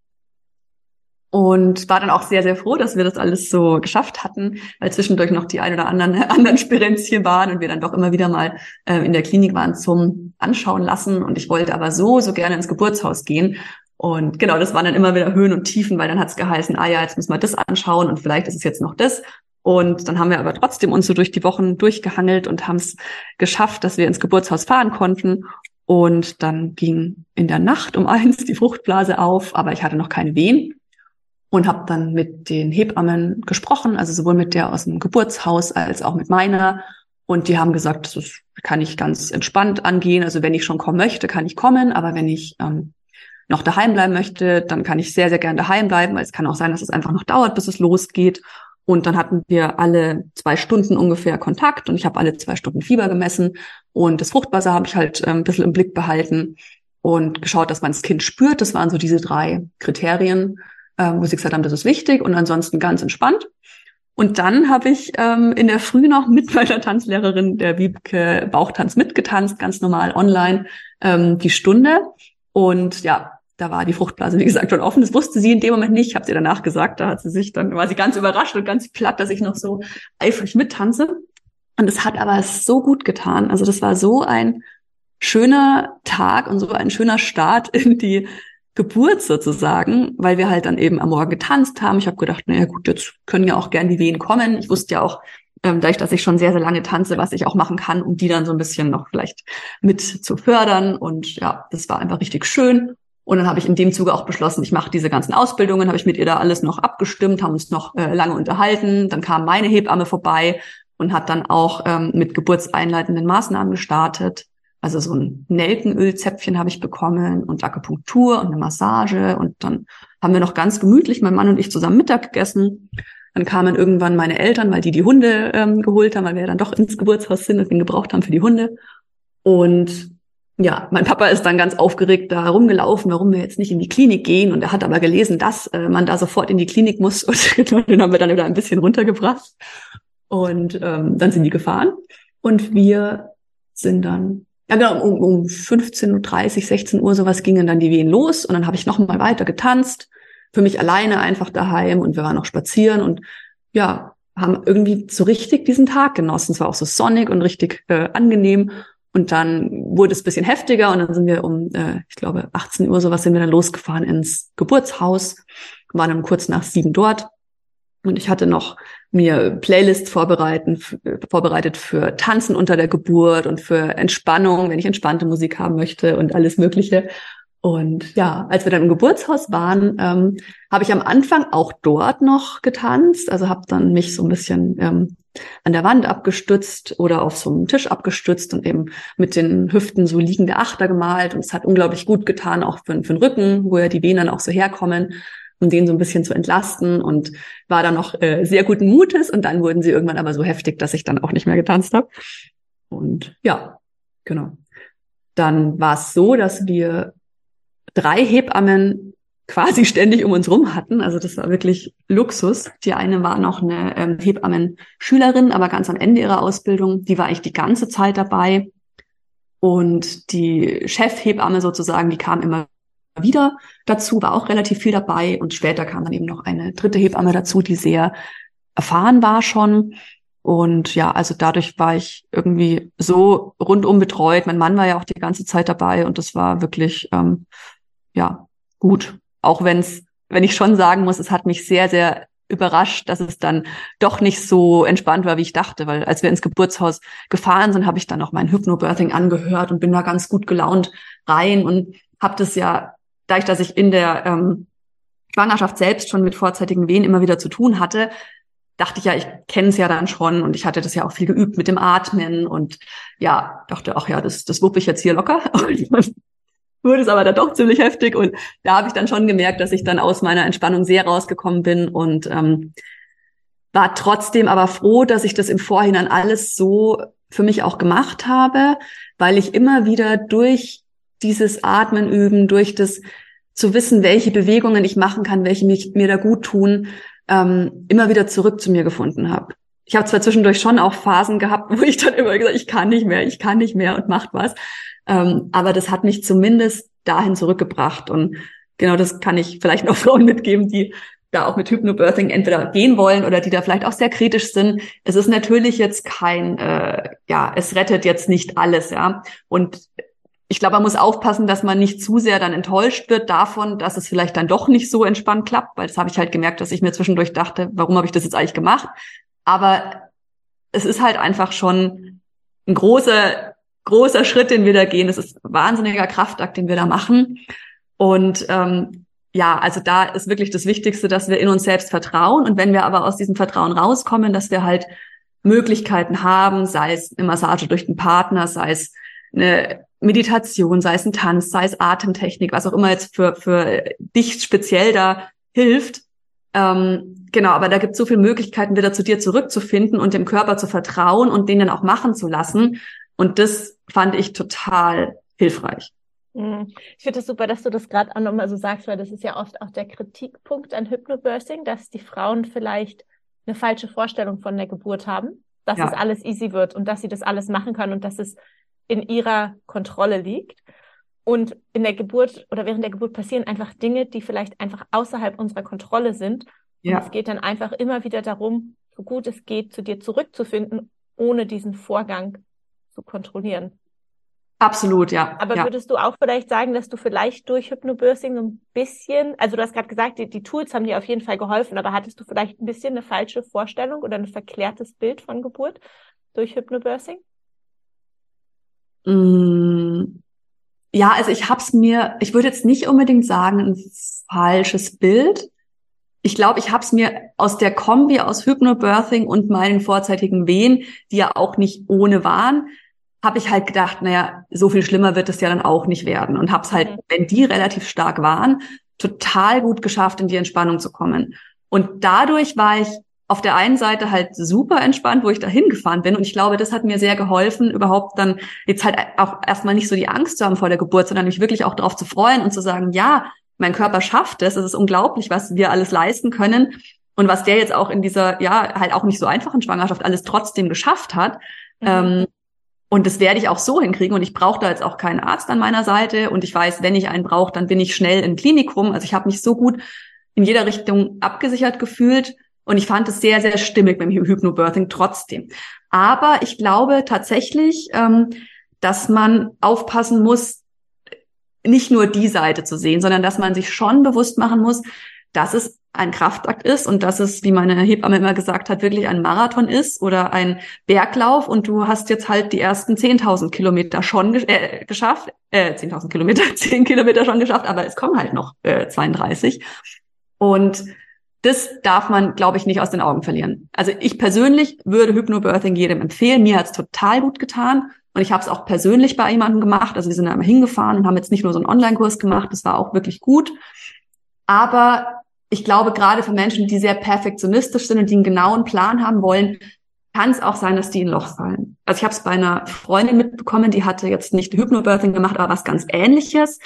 Und war dann auch sehr, sehr froh, dass wir das alles so geschafft hatten, weil zwischendurch noch die ein oder anderen Spirenzchen waren und wir dann doch immer wieder mal in der Klinik waren zum Anschauen lassen. Und ich wollte aber so gerne ins Geburtshaus gehen. Und genau, das waren dann immer wieder Höhen und Tiefen, weil dann hat es geheißen, ja, jetzt müssen wir das anschauen und vielleicht ist es jetzt noch das. Und dann haben wir aber trotzdem uns so durch die Wochen durchgehangelt und haben es geschafft, dass wir ins Geburtshaus fahren konnten. Und dann ging in der Nacht um 1 die Fruchtblase auf, aber ich hatte noch keine Wehen. Und habe dann mit den Hebammen gesprochen, also sowohl mit der aus dem Geburtshaus als auch mit meiner. Und die haben gesagt, das kann ich ganz entspannt angehen. Also wenn ich schon kommen möchte, kann ich kommen. Aber wenn ich noch daheim bleiben möchte, dann kann ich sehr, sehr gern daheim bleiben. Weil es kann auch sein, dass es einfach noch dauert, bis es losgeht. Und dann hatten wir alle 2 Stunden ungefähr Kontakt. Und ich habe alle 2 Stunden Fieber gemessen. Und das Fruchtwasser habe ich halt ein bisschen im Blick behalten und geschaut, dass man das Kind spürt. Das waren so diese 3 Kriterien, wo sie gesagt haben, das ist wichtig und ansonsten ganz entspannt. Und dann habe ich in der Früh noch mit meiner Tanzlehrerin, der Wiebke, Bauchtanz mitgetanzt, ganz normal online, die Stunde. Und ja, da war die Fruchtblase, wie gesagt, schon offen. Das wusste sie in dem Moment nicht. Ich habe sie danach gesagt, war sie ganz überrascht und ganz platt, dass ich noch so eifrig mittanze. Und es hat aber so gut getan. Also das war so ein schöner Tag und so ein schöner Start in die Geburt sozusagen, weil wir halt dann eben am Morgen getanzt haben. Ich habe gedacht, naja gut, jetzt können ja auch gern die Wehen kommen. Ich wusste ja auch, dadurch, dass ich schon sehr, sehr lange tanze, was ich auch machen kann, um die dann so ein bisschen noch vielleicht mit zu fördern. Und ja, das war einfach richtig schön. Und dann habe ich in dem Zuge auch beschlossen, ich mache diese ganzen Ausbildungen, habe ich mit ihr da alles noch abgestimmt, haben uns noch lange unterhalten. Dann kam meine Hebamme vorbei und hat dann auch mit geburtseinleitenden Maßnahmen gestartet. Also so ein Nelkenölzäpfchen habe ich bekommen und Akupunktur und eine Massage. Und dann haben wir noch ganz gemütlich, mein Mann und ich, zusammen Mittag gegessen. Dann kamen irgendwann meine Eltern, weil die Hunde geholt haben, weil wir ja dann doch ins Geburtshaus sind und den gebraucht haben für die Hunde. Und ja, mein Papa ist dann ganz aufgeregt da rumgelaufen, warum wir jetzt nicht in die Klinik gehen. Und er hat aber gelesen, dass man da sofort in die Klinik muss. Und den haben wir dann wieder ein bisschen runtergebracht. Und dann sind die gefahren. Und wir sind dann... Ja, genau, um 15:30 Uhr, 16 Uhr sowas gingen dann die Wehen los und dann habe ich noch mal weiter getanzt, für mich alleine einfach daheim und wir waren noch spazieren und ja, haben irgendwie so richtig diesen Tag genossen. Es war auch so sonnig und richtig angenehm und dann wurde es ein bisschen heftiger und dann sind wir um, ich glaube 18 Uhr sowas sind wir dann losgefahren ins Geburtshaus, waren dann kurz nach 7 dort. Und ich hatte noch mir Playlists vorbereitet für Tanzen unter der Geburt und für Entspannung, wenn ich entspannte Musik haben möchte und alles Mögliche. Und ja, als wir dann im Geburtshaus waren, habe ich am Anfang auch dort noch getanzt. Also habe dann mich so ein bisschen an der Wand abgestützt oder auf so einem Tisch abgestützt und eben mit den Hüften so liegende Achter gemalt. Und es hat unglaublich gut getan, auch für den Rücken, wo ja die Venen dann auch so herkommen, um den so ein bisschen zu entlasten und war dann noch sehr guten Mutes und dann wurden sie irgendwann aber so heftig, dass ich dann auch nicht mehr getanzt habe. Und ja, genau. Dann war es so, dass wir 3 Hebammen quasi ständig um uns rum hatten. Also das war wirklich Luxus. Die eine war noch eine Hebammenschülerin, aber ganz am Ende ihrer Ausbildung. Die war eigentlich die ganze Zeit dabei. Und die Chefhebamme sozusagen, die kam immer wieder dazu, war auch relativ viel dabei und später kam dann eben noch eine 3. Hebamme dazu, die sehr erfahren war schon Und ja, also dadurch war ich irgendwie so rundum betreut. Mein Mann war ja auch die ganze Zeit dabei und das war wirklich, ja, gut. Auch wenn ich schon sagen muss, es hat mich sehr, sehr überrascht, dass es dann doch nicht so entspannt war, wie ich dachte. Weil als wir ins Geburtshaus gefahren sind, habe ich dann auch mein Hypnobirthing angehört und bin da ganz gut gelaunt rein und habe das ja, dadurch, dass ich in der Schwangerschaft selbst schon mit vorzeitigen Wehen immer wieder zu tun hatte, dachte ich ja, ich kenne es ja dann schon und ich hatte das ja auch viel geübt mit dem Atmen und ja, dachte, ach ja, das wupp ich jetzt hier locker. Und dann wurde es aber dann doch ziemlich heftig und da habe ich dann schon gemerkt, dass ich dann aus meiner Entspannung sehr rausgekommen bin und war trotzdem aber froh, dass ich das im Vorhinein alles so für mich auch gemacht habe, weil ich immer wieder durch dieses Atmen üben, durch das zu wissen, welche Bewegungen ich machen kann, welche mir da gut tun, immer wieder zurück zu mir gefunden habe. Ich habe zwar zwischendurch schon auch Phasen gehabt, wo ich dann immer gesagt, ich kann nicht mehr und macht was. Aber das hat mich zumindest dahin zurückgebracht. Und genau das kann ich vielleicht noch Frauen mitgeben, die da auch mit Hypnobirthing entweder gehen wollen oder die da vielleicht auch sehr kritisch sind. Es ist natürlich jetzt kein, es rettet jetzt nicht alles, ja. Und ich glaube, man muss aufpassen, dass man nicht zu sehr dann enttäuscht wird davon, dass es vielleicht dann doch nicht so entspannt klappt, weil das habe ich halt gemerkt, dass ich mir zwischendurch dachte, warum habe ich das jetzt eigentlich gemacht? Aber es ist halt einfach schon ein großer Schritt, den wir da gehen. Es ist ein wahnsinniger Kraftakt, den wir da machen. Und also da ist wirklich das Wichtigste, dass wir in uns selbst vertrauen. Und wenn wir aber aus diesem Vertrauen rauskommen, dass wir halt Möglichkeiten haben, sei es eine Massage durch den Partner, sei es eine Meditation, sei es ein Tanz, sei es Atemtechnik, was auch immer jetzt für dich speziell da hilft. Genau, aber da gibt es so viele Möglichkeiten, wieder zu dir zurückzufinden und dem Körper zu vertrauen und den dann auch machen zu lassen. Und das fand ich total hilfreich. Ich finde es super, dass du das gerade auch nochmal so sagst, weil das ist ja oft auch der Kritikpunkt an Hypnobirthing, dass die Frauen vielleicht eine falsche Vorstellung von der Geburt haben, dass es alles easy wird und dass sie das alles machen können und dass es in ihrer Kontrolle liegt. Und in der Geburt oder während der Geburt passieren einfach Dinge, die vielleicht einfach außerhalb unserer Kontrolle sind. Und es geht dann einfach immer wieder darum, so gut es geht, zu dir zurückzufinden, ohne diesen Vorgang zu kontrollieren. Absolut, ja. Aber würdest du auch vielleicht sagen, dass du vielleicht durch Hypnobirthing so ein bisschen, also du hast gerade gesagt, die Tools haben dir auf jeden Fall geholfen, aber hattest du vielleicht ein bisschen eine falsche Vorstellung oder ein verklärtes Bild von Geburt durch Hypnobirthing? Ja, also ich würde jetzt nicht unbedingt sagen, ein falsches Bild. Ich glaube, ich habe es mir aus der Kombi aus Hypnobirthing und meinen vorzeitigen Wehen, die ja auch nicht ohne waren, habe ich halt gedacht, naja, so viel schlimmer wird es ja dann auch nicht werden. Und habe es halt, wenn die relativ stark waren, total gut geschafft, in die Entspannung zu kommen. Und dadurch war ich auf der einen Seite halt super entspannt, wo ich da hingefahren bin. Und ich glaube, das hat mir sehr geholfen, überhaupt dann jetzt halt auch erstmal nicht so die Angst zu haben vor der Geburt, sondern mich wirklich auch darauf zu freuen und zu sagen, ja, mein Körper schafft es. Es ist unglaublich, was wir alles leisten können. Und was der jetzt auch in dieser, halt auch nicht so einfachen Schwangerschaft alles trotzdem geschafft hat. Und das werde ich auch so hinkriegen. Und ich brauche da jetzt auch keinen Arzt an meiner Seite. Und ich weiß, wenn ich einen brauche, dann bin ich schnell im Klinikum. Also ich habe mich so gut in jeder Richtung abgesichert gefühlt. Und ich fand es sehr, sehr stimmig beim Hypnobirthing trotzdem. Aber ich glaube tatsächlich, dass man aufpassen muss, nicht nur die Seite zu sehen, sondern dass man sich schon bewusst machen muss, dass es ein Kraftakt ist und dass es, wie meine Hebamme immer gesagt hat, wirklich ein Marathon ist oder ein Berglauf und du hast jetzt halt die ersten 10.000 Kilometer schon geschafft, 10.000 Kilometer, 10 Kilometer schon geschafft, aber es kommen halt noch 32 und das darf man, glaube ich, nicht aus den Augen verlieren. Also ich persönlich würde Hypnobirthing jedem empfehlen. Mir hat's total gut getan. Und ich habe es auch persönlich bei jemandem gemacht. Also wir sind da immer hingefahren und haben jetzt nicht nur so einen Online-Kurs gemacht. Das war auch wirklich gut. Aber ich glaube, gerade für Menschen, die sehr perfektionistisch sind und die einen genauen Plan haben wollen, kann es auch sein, dass die in ein Loch fallen. Also ich habe es bei einer Freundin mitbekommen, die hatte jetzt nicht Hypnobirthing gemacht, aber was ganz Ähnliches.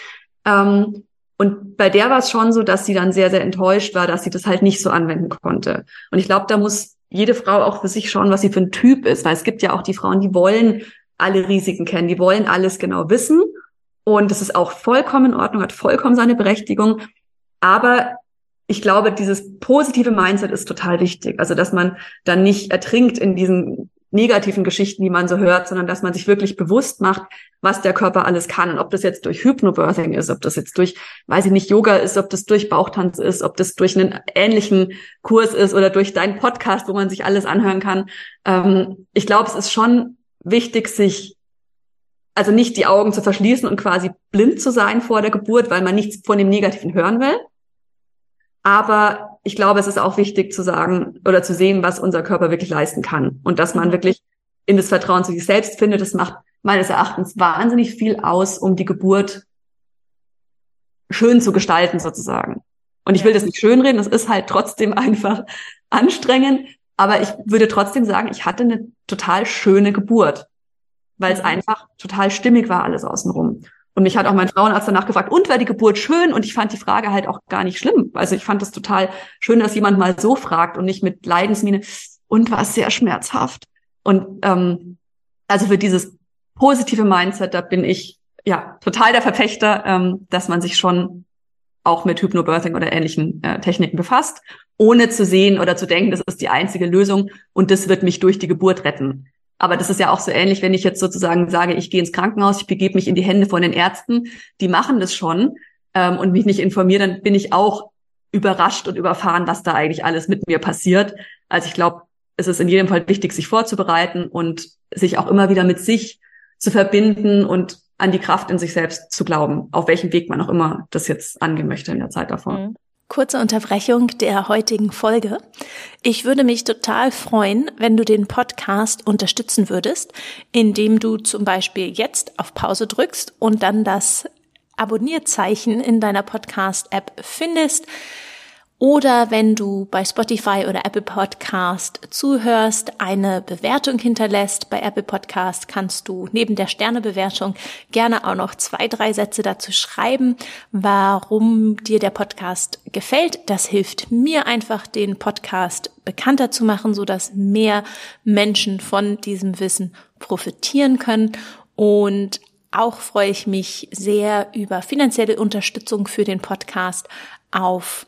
Und bei der war es schon so, dass sie dann sehr, sehr enttäuscht war, dass sie das halt nicht so anwenden konnte. Und ich glaube, da muss jede Frau auch für sich schauen, was sie für ein Typ ist. Weil es gibt ja auch die Frauen, die wollen alle Risiken kennen, die wollen alles genau wissen. Und das ist auch vollkommen in Ordnung, hat vollkommen seine Berechtigung. Aber ich glaube, dieses positive Mindset ist total wichtig. Also, dass man dann nicht ertrinkt in diesen negativen Geschichten, die man so hört, sondern dass man sich wirklich bewusst macht, was der Körper alles kann. Und ob das jetzt durch Hypnobirthing ist, ob das jetzt durch, weiß ich nicht, Yoga ist, ob das durch Bauchtanz ist, ob das durch einen ähnlichen Kurs ist oder durch deinen Podcast, wo man sich alles anhören kann. Ich glaube, es ist schon wichtig, sich also nicht die Augen zu verschließen und quasi blind zu sein vor der Geburt, weil man nichts von dem Negativen hören will. Aber ich glaube, es ist auch wichtig zu sagen oder zu sehen, was unser Körper wirklich leisten kann. Und dass man wirklich in das Vertrauen zu sich selbst findet. Das macht meines Erachtens wahnsinnig viel aus, um die Geburt schön zu gestalten sozusagen. Und ich will das nicht schönreden, das ist halt trotzdem einfach anstrengend. Aber ich würde trotzdem sagen, ich hatte eine total schöne Geburt, weil es einfach total stimmig war, alles außenrum. Und mich hat auch mein Frauenarzt danach gefragt, und war die Geburt schön? Und ich fand die Frage halt auch gar nicht schlimm. Also ich fand es total schön, dass jemand mal so fragt und nicht mit Leidensmiene, und war es sehr schmerzhaft. Und also für dieses positive Mindset, da bin ich ja total der Verfechter, dass man sich schon auch mit Hypnobirthing oder ähnlichen Techniken befasst, ohne zu sehen oder zu denken, das ist die einzige Lösung und das wird mich durch die Geburt retten. Aber das ist ja auch so ähnlich, wenn ich jetzt sozusagen sage, ich gehe ins Krankenhaus, ich begebe mich in die Hände von den Ärzten, die machen das schon und mich nicht informiere, dann bin ich auch überrascht und überfahren, was da eigentlich alles mit mir passiert. Also ich glaube, es ist in jedem Fall wichtig, sich vorzubereiten und sich auch immer wieder mit sich zu verbinden und an die Kraft in sich selbst zu glauben, auf welchem Weg man auch immer das jetzt angehen möchte in der Zeit davor. Mhm. Kurze Unterbrechung der heutigen Folge. Ich würde mich total freuen, wenn du den Podcast unterstützen würdest, indem du zum Beispiel jetzt auf Pause drückst und dann das Abonnierzeichen in deiner Podcast-App findest. Oder wenn du bei Spotify oder Apple Podcast zuhörst, eine Bewertung hinterlässt. Bei Apple Podcast kannst du neben der Sternebewertung gerne auch noch 2, 3 Sätze dazu schreiben, warum dir der Podcast gefällt. Das hilft mir einfach, den Podcast bekannter zu machen, sodass mehr Menschen von diesem Wissen profitieren können. Und auch freue ich mich sehr über finanzielle Unterstützung für den Podcast auf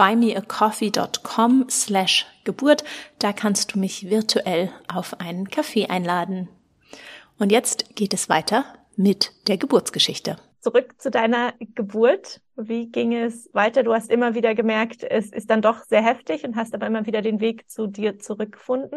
buymeacoffee.com/Geburt. Da kannst du mich virtuell auf einen Kaffee einladen. Und jetzt geht es weiter mit der Geburtsgeschichte. Zurück zu deiner Geburt. Wie ging es weiter? Du hast immer wieder gemerkt, es ist dann doch sehr heftig und hast aber immer wieder den Weg zu dir zurückgefunden.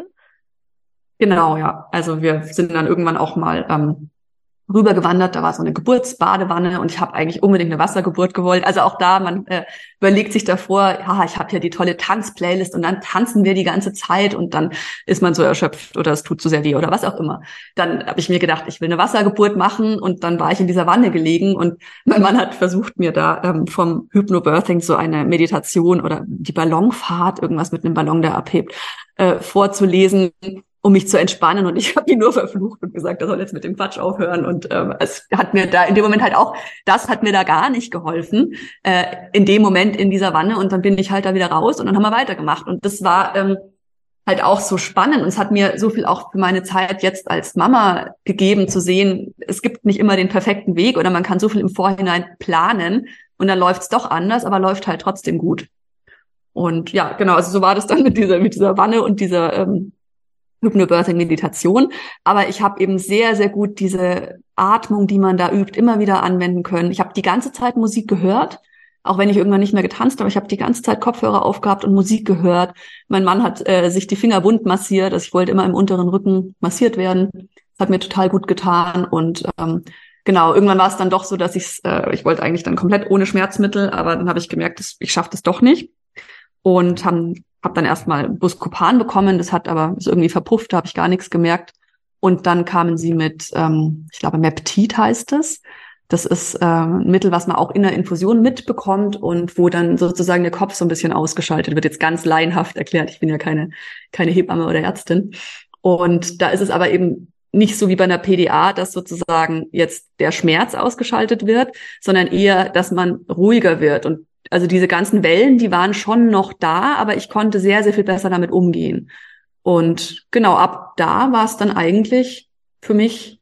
Genau, ja. Also wir sind dann irgendwann auch mal rübergewandert, da war so eine Geburtsbadewanne und ich habe eigentlich unbedingt eine Wassergeburt gewollt. Also auch da, man überlegt sich davor, ja, ich habe ja die tolle Tanzplaylist und dann tanzen wir die ganze Zeit und dann ist man so erschöpft oder es tut so sehr weh oder was auch immer. Dann habe ich mir gedacht, ich will eine Wassergeburt machen und dann war ich in dieser Wanne gelegen und mein Mann hat versucht, mir da vom Hypnobirthing so eine Meditation oder die Ballonfahrt, irgendwas mit einem Ballon, der abhebt, vorzulesen, um mich zu entspannen, und ich habe ihn nur verflucht und gesagt, er soll jetzt mit dem Quatsch aufhören, und es hat mir da in dem Moment halt auch, das hat mir da gar nicht geholfen, in dem Moment in dieser Wanne, und dann bin ich halt da wieder raus und dann haben wir weitergemacht, und das war halt auch so spannend, und es hat mir so viel auch für meine Zeit jetzt als Mama gegeben, zu sehen, es gibt nicht immer den perfekten Weg oder man kann so viel im Vorhinein planen und dann läuft's doch anders, aber läuft halt trotzdem gut. Und ja, genau, also so war das dann mit dieser Wanne und dieser Hypnobirthing-Meditation, aber ich habe eben sehr, sehr gut diese Atmung, die man da übt, immer wieder anwenden können. Ich habe die ganze Zeit Musik gehört, auch wenn ich irgendwann nicht mehr getanzt habe. Ich habe die ganze Zeit Kopfhörer aufgehabt und Musik gehört. Mein Mann hat sich die Finger wund massiert, also ich wollte immer im unteren Rücken massiert werden. Das hat mir total gut getan, und genau, irgendwann war es dann doch so, dass ich wollte eigentlich dann komplett ohne Schmerzmittel, aber dann habe ich gemerkt, ich schaffe das doch nicht, und habe dann erstmal Buscopan bekommen, das ist irgendwie verpufft, da habe ich gar nichts gemerkt. Und dann kamen sie mit, ich glaube, Meptid heißt es. Das ist ein Mittel, was man auch in der Infusion mitbekommt und wo dann sozusagen der Kopf so ein bisschen ausgeschaltet wird. Jetzt ganz laienhaft erklärt, ich bin ja keine Hebamme oder Ärztin. Und da ist es aber eben nicht so wie bei einer PDA, dass sozusagen jetzt der Schmerz ausgeschaltet wird, sondern eher, dass man ruhiger wird. Und also diese ganzen Wellen, die waren schon noch da, aber ich konnte sehr, sehr viel besser damit umgehen. Und genau, ab da war es dann eigentlich für mich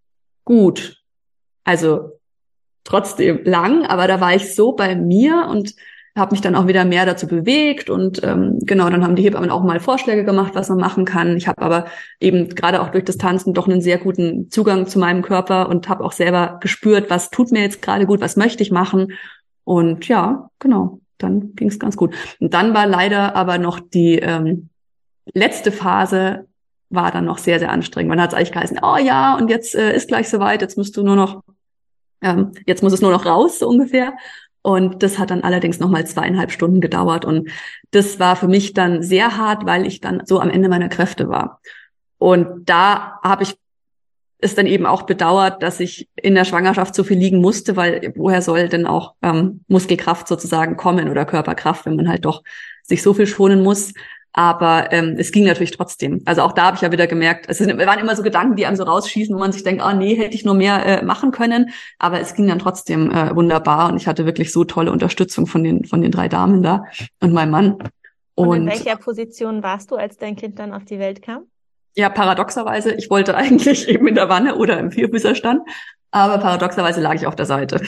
gut. Also trotzdem lang, aber da war ich so bei mir und habe mich dann auch wieder mehr dazu bewegt und genau, dann haben die Hebammen auch mal Vorschläge gemacht, was man machen kann. Ich habe aber eben gerade auch durch das Tanzen doch einen sehr guten Zugang zu meinem Körper und habe auch selber gespürt, was tut mir jetzt gerade gut, was möchte ich machen. Und ja, genau, dann ging es ganz gut. Und dann war leider aber noch die letzte Phase war dann noch sehr, sehr anstrengend. Man hat es eigentlich geheißen, oh ja, und jetzt ist gleich soweit, jetzt musst du nur noch, jetzt muss es nur noch raus, so ungefähr. Und das hat dann allerdings nochmal 2,5 Stunden gedauert. Und das war für mich dann sehr hart, weil ich dann so am Ende meiner Kräfte war. Und da habe ich es dann eben auch bedauert, dass ich in der Schwangerschaft so viel liegen musste, weil woher soll denn auch Muskelkraft sozusagen kommen oder Körperkraft, wenn man halt doch sich so viel schonen muss. Aber es ging natürlich trotzdem. Also auch da habe ich ja wieder gemerkt, es waren immer so Gedanken, die einem so rausschießen, wo man sich denkt, oh nee, hätte ich nur mehr machen können. Aber es ging dann trotzdem wunderbar und ich hatte wirklich so tolle Unterstützung von den 3 Damen da und meinem Mann. Und in welcher Position warst du, als dein Kind dann auf die Welt kam? Ja, paradoxerweise, ich wollte eigentlich eben in der Wanne oder im Vierfüßerstand, aber paradoxerweise lag ich auf der Seite.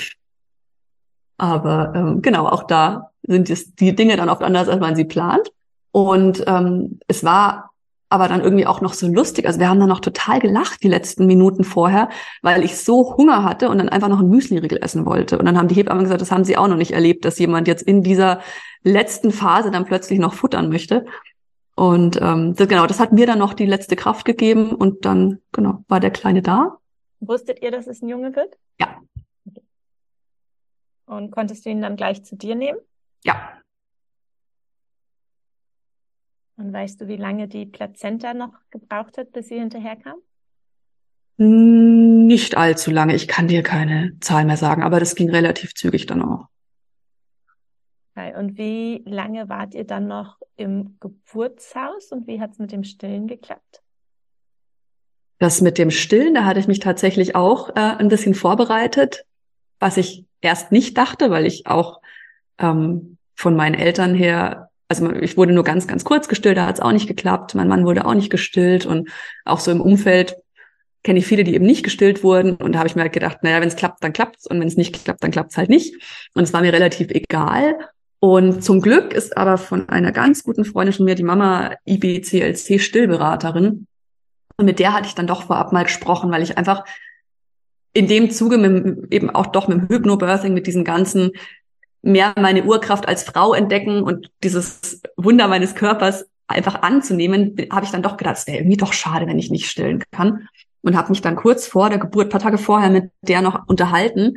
Aber genau, auch da sind die Dinge dann oft anders, als man sie plant. Und es war aber dann irgendwie auch noch so lustig. Also wir haben dann noch total gelacht die letzten Minuten vorher, weil ich so Hunger hatte und dann einfach noch einen Müsli-Riegel essen wollte. Und dann haben die Hebammen gesagt, das haben sie auch noch nicht erlebt, dass jemand jetzt in dieser letzten Phase dann plötzlich noch futtern möchte. Und das hat mir dann noch die letzte Kraft gegeben und dann, genau, war der Kleine da. Wusstet ihr, dass es ein Junge wird? Ja. Und konntest du ihn dann gleich zu dir nehmen? Ja. Und weißt du, wie lange die Plazenta noch gebraucht hat, bis sie hinterherkam? Nicht allzu lange. Ich kann dir keine Zahl mehr sagen, aber das ging relativ zügig dann auch. Okay. Und wie lange wart ihr dann noch im Geburtshaus und wie hat es mit dem Stillen geklappt? Das mit dem Stillen, da hatte ich mich tatsächlich auch ein bisschen vorbereitet, was ich erst nicht dachte, weil ich auch von meinen Eltern her, also ich wurde nur ganz, ganz kurz gestillt, da hat es auch nicht geklappt. Mein Mann wurde auch nicht gestillt und auch so im Umfeld kenne ich viele, die eben nicht gestillt wurden. Und da habe ich mir halt gedacht, naja, wenn es klappt, dann klappt's und wenn es nicht klappt, dann klappt's halt nicht. Und es war mir relativ egal. Und zum Glück ist aber von einer ganz guten Freundin von mir die Mama IBCLC-Stillberaterin. Und mit der hatte ich dann doch vorab mal gesprochen, weil ich einfach in dem Zuge eben auch doch mit dem Hypnobirthing, mit diesem ganzen mehr meine Urkraft als Frau entdecken und dieses Wunder meines Körpers einfach anzunehmen, habe ich dann doch gedacht, es wäre irgendwie doch schade, wenn ich nicht stillen kann. Und habe mich dann kurz vor der Geburt, paar Tage vorher, mit der noch unterhalten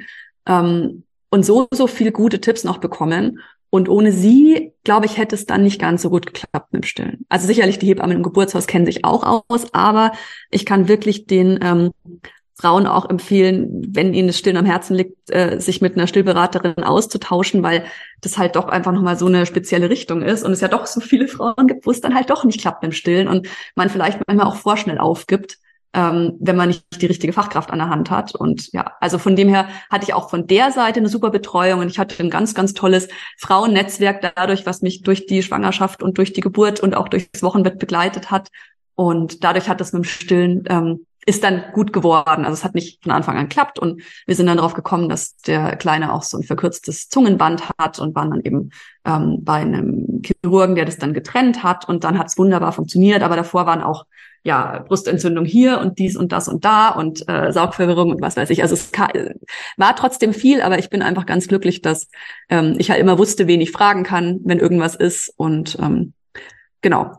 und so viel gute Tipps noch bekommen. Und ohne sie, glaube ich, hätte es dann nicht ganz so gut geklappt mit dem Stillen. Also sicherlich, die Hebammen im Geburtshaus kennen sich auch aus, aber ich kann wirklich den Frauen auch empfehlen, wenn ihnen das Stillen am Herzen liegt, sich mit einer Stillberaterin auszutauschen, weil das halt doch einfach nochmal so eine spezielle Richtung ist und es ja doch so viele Frauen gibt, wo es dann halt doch nicht klappt mit dem Stillen und man vielleicht manchmal auch vorschnell aufgibt, wenn man nicht die richtige Fachkraft an der Hand hat. Und ja, also von dem her hatte ich auch von der Seite eine super Betreuung und ich hatte ein ganz, ganz tolles Frauennetzwerk dadurch, was mich durch die Schwangerschaft und durch die Geburt und auch durchs Wochenbett begleitet hat. Und dadurch hat es mit dem Stillen ist dann gut geworden. Also es hat nicht von Anfang an geklappt und wir sind dann darauf gekommen, dass der Kleine auch so ein verkürztes Zungenband hat und waren dann eben bei einem Chirurgen, der das dann getrennt hat und dann hat es wunderbar funktioniert, aber davor waren auch Brustentzündung hier und dies und das und da und Saugverwirrung und was weiß ich. Also es war trotzdem viel, aber ich bin einfach ganz glücklich, dass ich halt immer wusste, wen ich fragen kann, wenn irgendwas ist und genau.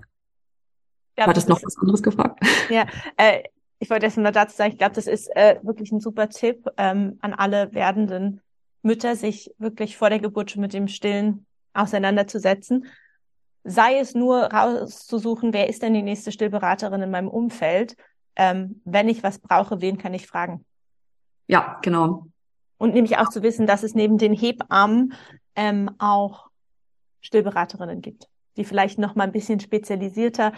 Ja, Hattest noch was anderes gefragt? Ja, ich wollte erst mal dazu sagen, ich glaube, das ist wirklich ein super Tipp an alle werdenden Mütter, sich wirklich vor der Geburt schon mit dem Stillen auseinanderzusetzen. Sei es nur rauszusuchen, wer ist denn die nächste Stillberaterin in meinem Umfeld? Wenn ich was brauche, wen kann ich fragen? Ja, genau. Und nämlich auch zu wissen, dass es neben den Hebammen auch Stillberaterinnen gibt, die vielleicht noch mal ein bisschen spezialisierteres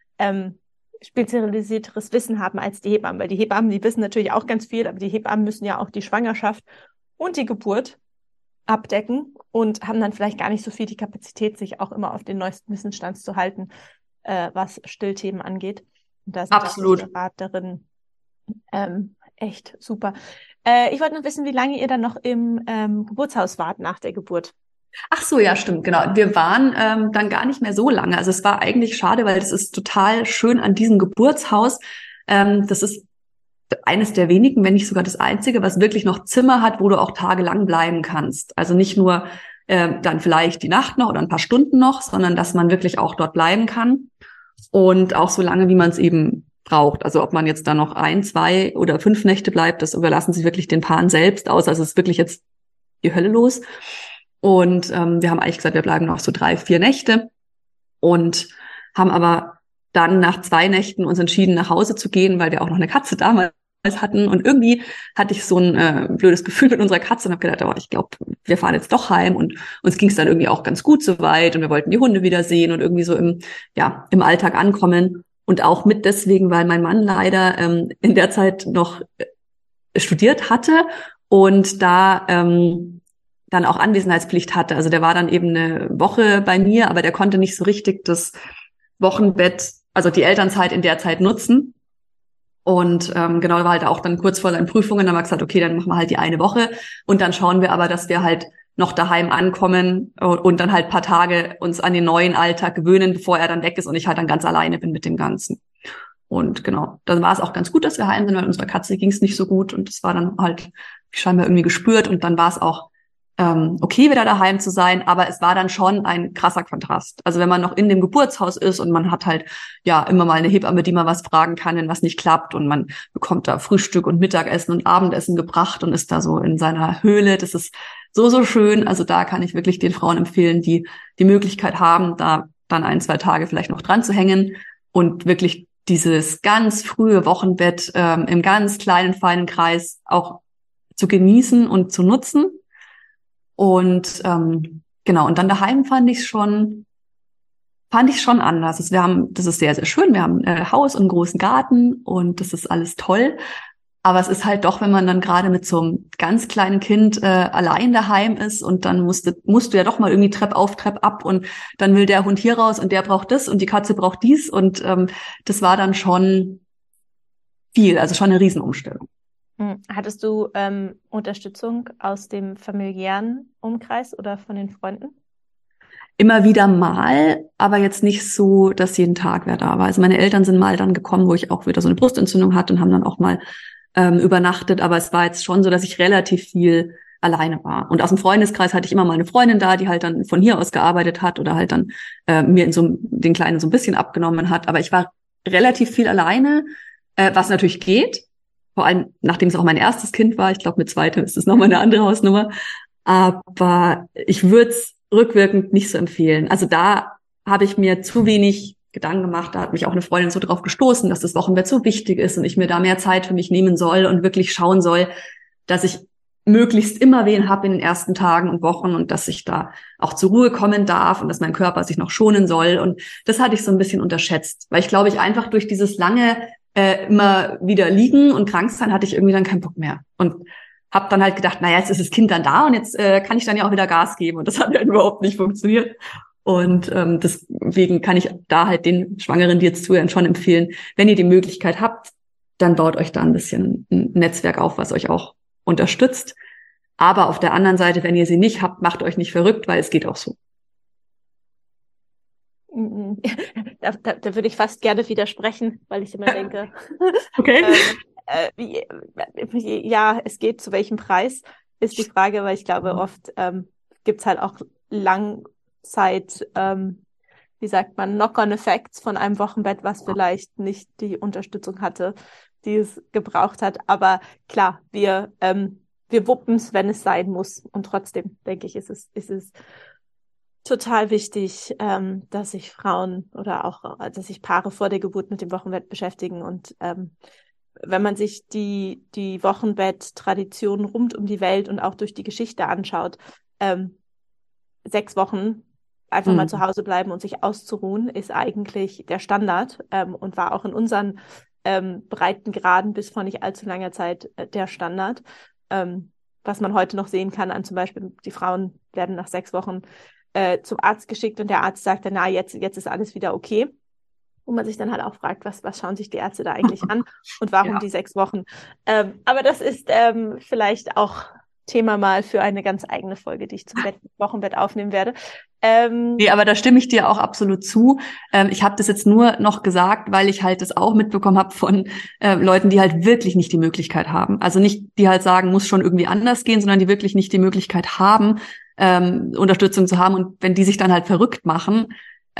Wissen haben als die Hebammen, weil die Hebammen, die wissen natürlich auch ganz viel, aber die Hebammen müssen ja auch die Schwangerschaft und die Geburt abdecken und haben dann vielleicht gar nicht so viel die Kapazität, sich auch immer auf den neuesten Wissensstand zu halten, was Stillthemen angeht. Und da sind Absolut. Beraterinnen echt super. Ich wollte noch wissen, wie lange ihr dann noch im Geburtshaus wart nach der Geburt. Ach so, ja, stimmt, genau. Wir waren dann gar nicht mehr so lange. Also es war eigentlich schade, weil das ist total schön an diesem Geburtshaus. Das ist eines der wenigen, wenn nicht sogar das einzige, was wirklich noch Zimmer hat, wo du auch tagelang bleiben kannst. Also nicht nur dann vielleicht die Nacht noch oder ein paar Stunden noch, sondern dass man wirklich auch dort bleiben kann und auch so lange, wie man es eben braucht. Also ob man jetzt da noch 1, 2 oder 5 Nächte bleibt, das überlassen sie wirklich den Paaren selbst aus. Also es ist wirklich jetzt die Hölle los. Und wir haben eigentlich gesagt, wir bleiben noch so 3, 4 Nächte und haben aber dann nach 2 Nächten uns entschieden, nach Hause zu gehen, weil wir auch noch eine Katze damals hatten. Und irgendwie hatte ich so ein blödes Gefühl mit unserer Katze und habe gedacht, oh, ich glaube, wir fahren jetzt doch heim. Und uns ging es dann irgendwie auch ganz gut soweit und wir wollten die Hunde wiedersehen und irgendwie so im Alltag ankommen. Und auch mit deswegen, weil mein Mann leider in der Zeit noch studiert hatte und da dann auch Anwesenheitspflicht hatte. Also der war dann eben eine Woche bei mir, aber der konnte nicht so richtig das Wochenbett, also die Elternzeit in der Zeit nutzen. Und genau, war halt auch dann kurz vor seinen Prüfungen, dann haben wir gesagt, okay, dann machen wir halt die eine Woche und dann schauen wir aber, dass wir halt noch daheim ankommen und dann halt paar Tage uns an den neuen Alltag gewöhnen, bevor er dann weg ist und ich halt dann ganz alleine bin mit dem Ganzen. Und genau, dann war es auch ganz gut, dass wir heim sind, weil unserer Katze ging es nicht so gut und das war dann halt scheinbar irgendwie gespürt und dann war es auch okay, wieder daheim zu sein, aber es war dann schon ein krasser Kontrast. Also wenn man noch in dem Geburtshaus ist und man hat halt ja immer mal eine Hebamme, die man was fragen kann, wenn was nicht klappt und man bekommt da Frühstück und Mittagessen und Abendessen gebracht und ist da so in seiner Höhle. Das ist so, so schön. Also da kann ich wirklich den Frauen empfehlen, die die Möglichkeit haben, da dann 1, 2 Tage vielleicht noch dran zu hängen und wirklich dieses ganz frühe Wochenbett im ganz kleinen, feinen Kreis auch zu genießen und zu nutzen. Und genau, und dann daheim fand ich schon anders. Also das ist sehr, sehr schön. Wir haben ein Haus und einen großen Garten und das ist alles toll. Aber es ist halt doch, wenn man dann gerade mit so einem ganz kleinen Kind allein daheim ist und dann musst du ja doch mal irgendwie Trepp auf, Trepp ab und dann will der Hund hier raus und der braucht das und die Katze braucht dies und das war dann schon viel, also schon eine Riesenumstellung. Hattest du Unterstützung aus dem familiären Umkreis oder von den Freunden? Immer wieder mal, aber jetzt nicht so, dass jeden Tag wer da war. Also meine Eltern sind mal dann gekommen, wo ich auch wieder so eine Brustentzündung hatte und haben dann auch mal übernachtet. Aber es war jetzt schon so, dass ich relativ viel alleine war. Und aus dem Freundeskreis hatte ich immer mal eine Freundin da, die halt dann von hier aus gearbeitet hat oder halt dann mir den Kleinen so ein bisschen abgenommen hat. Aber ich war relativ viel alleine, was natürlich geht. Vor allem, nachdem es auch mein erstes Kind war. Ich glaube, mit zweitem ist es nochmal eine andere Hausnummer. Aber ich würde es rückwirkend nicht so empfehlen. Also da habe ich mir zu wenig Gedanken gemacht. Da hat mich auch eine Freundin so drauf gestoßen, dass das Wochenbett so wichtig ist und ich mir da mehr Zeit für mich nehmen soll und wirklich schauen soll, dass ich möglichst immer wen habe in den ersten Tagen und Wochen und dass ich da auch zur Ruhe kommen darf und dass mein Körper sich noch schonen soll. Und das hatte ich so ein bisschen unterschätzt, weil ich glaube, ich einfach durch dieses lange immer wieder liegen und krank sein, hatte ich irgendwie dann keinen Bock mehr. Und habe dann halt gedacht, naja, jetzt ist das Kind dann da und jetzt kann ich dann ja auch wieder Gas geben. Und das hat ja überhaupt nicht funktioniert. Und deswegen kann ich da halt den Schwangeren, die jetzt zuhören, schon empfehlen, wenn ihr die Möglichkeit habt, dann baut euch da ein bisschen ein Netzwerk auf, was euch auch unterstützt. Aber auf der anderen Seite, wenn ihr sie nicht habt, macht euch nicht verrückt, weil es geht auch so. Da würde ich fast gerne widersprechen, weil ich immer denke, Okay. Ja, es geht, zu welchem Preis, ist die Frage, weil ich glaube, oft gibt's halt auch Langzeit, wie sagt man, Knock-on-Effects von einem Wochenbett, was vielleicht nicht die Unterstützung hatte, die es gebraucht hat. Aber klar, wir wuppen's, wenn es sein muss. Und trotzdem, denke ich, ist es total wichtig, dass sich Frauen oder auch, dass sich Paare vor der Geburt mit dem Wochenbett beschäftigen und wenn man sich die Wochenbett-Traditionen rund um die Welt und auch durch die Geschichte anschaut, 6 Wochen einfach mal zu Hause bleiben und sich auszuruhen, ist eigentlich der Standard und war auch in unseren Breitengraden bis vor nicht allzu langer Zeit der Standard. Was man heute noch sehen kann an zum Beispiel, die Frauen werden nach 6 Wochen zum Arzt geschickt und der Arzt sagt dann, na, jetzt ist alles wieder okay. Wo man sich dann halt auch fragt, was schauen sich die Ärzte da eigentlich an und warum die 6 Wochen. Aber das ist vielleicht auch Thema mal für eine ganz eigene Folge, die ich zum Wochenbett aufnehmen werde. Nee, aber da stimme ich dir auch absolut zu. Ich habe das jetzt nur noch gesagt, weil ich halt das auch mitbekommen habe von Leuten, die halt wirklich nicht die Möglichkeit haben. Also nicht, die halt sagen, muss schon irgendwie anders gehen, sondern die wirklich nicht die Möglichkeit haben, Unterstützung zu haben. Und wenn die sich dann halt verrückt machen,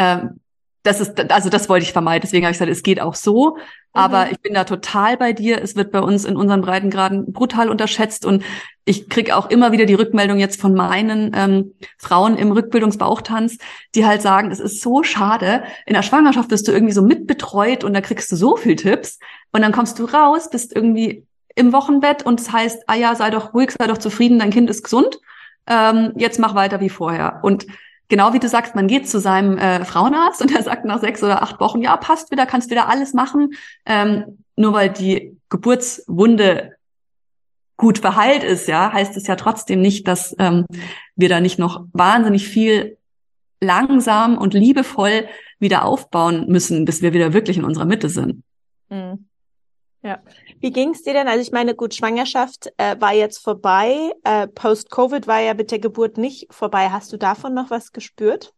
das wollte ich vermeiden. Deswegen habe ich gesagt, es geht auch so. Aber ich bin da total bei dir. Es wird bei uns in unseren Breitengraden brutal unterschätzt. Und ich kriege auch immer wieder die Rückmeldung jetzt von meinen Frauen im Rückbildungsbauchtanz, die halt sagen, es ist so schade. In der Schwangerschaft bist du irgendwie so mitbetreut und da kriegst du so viel Tipps. Und dann kommst du raus, bist irgendwie im Wochenbett und es heißt, ah ja, sei doch ruhig, sei doch zufrieden, dein Kind ist gesund. Jetzt mach weiter wie vorher. Und genau wie du sagst, man geht zu seinem Frauenarzt und er sagt nach 6 oder 8 Wochen, ja, passt wieder, kannst wieder alles machen. Nur weil die Geburtswunde gut verheilt ist, ja, heißt es ja trotzdem nicht, dass wir da nicht noch wahnsinnig viel langsam und liebevoll wieder aufbauen müssen, bis wir wieder wirklich in unserer Mitte sind. Mhm. Ja. Wie ging's dir denn? Also ich meine, gut, Schwangerschaft war jetzt vorbei. Post-Covid war ja mit der Geburt nicht vorbei. Hast du davon noch was gespürt?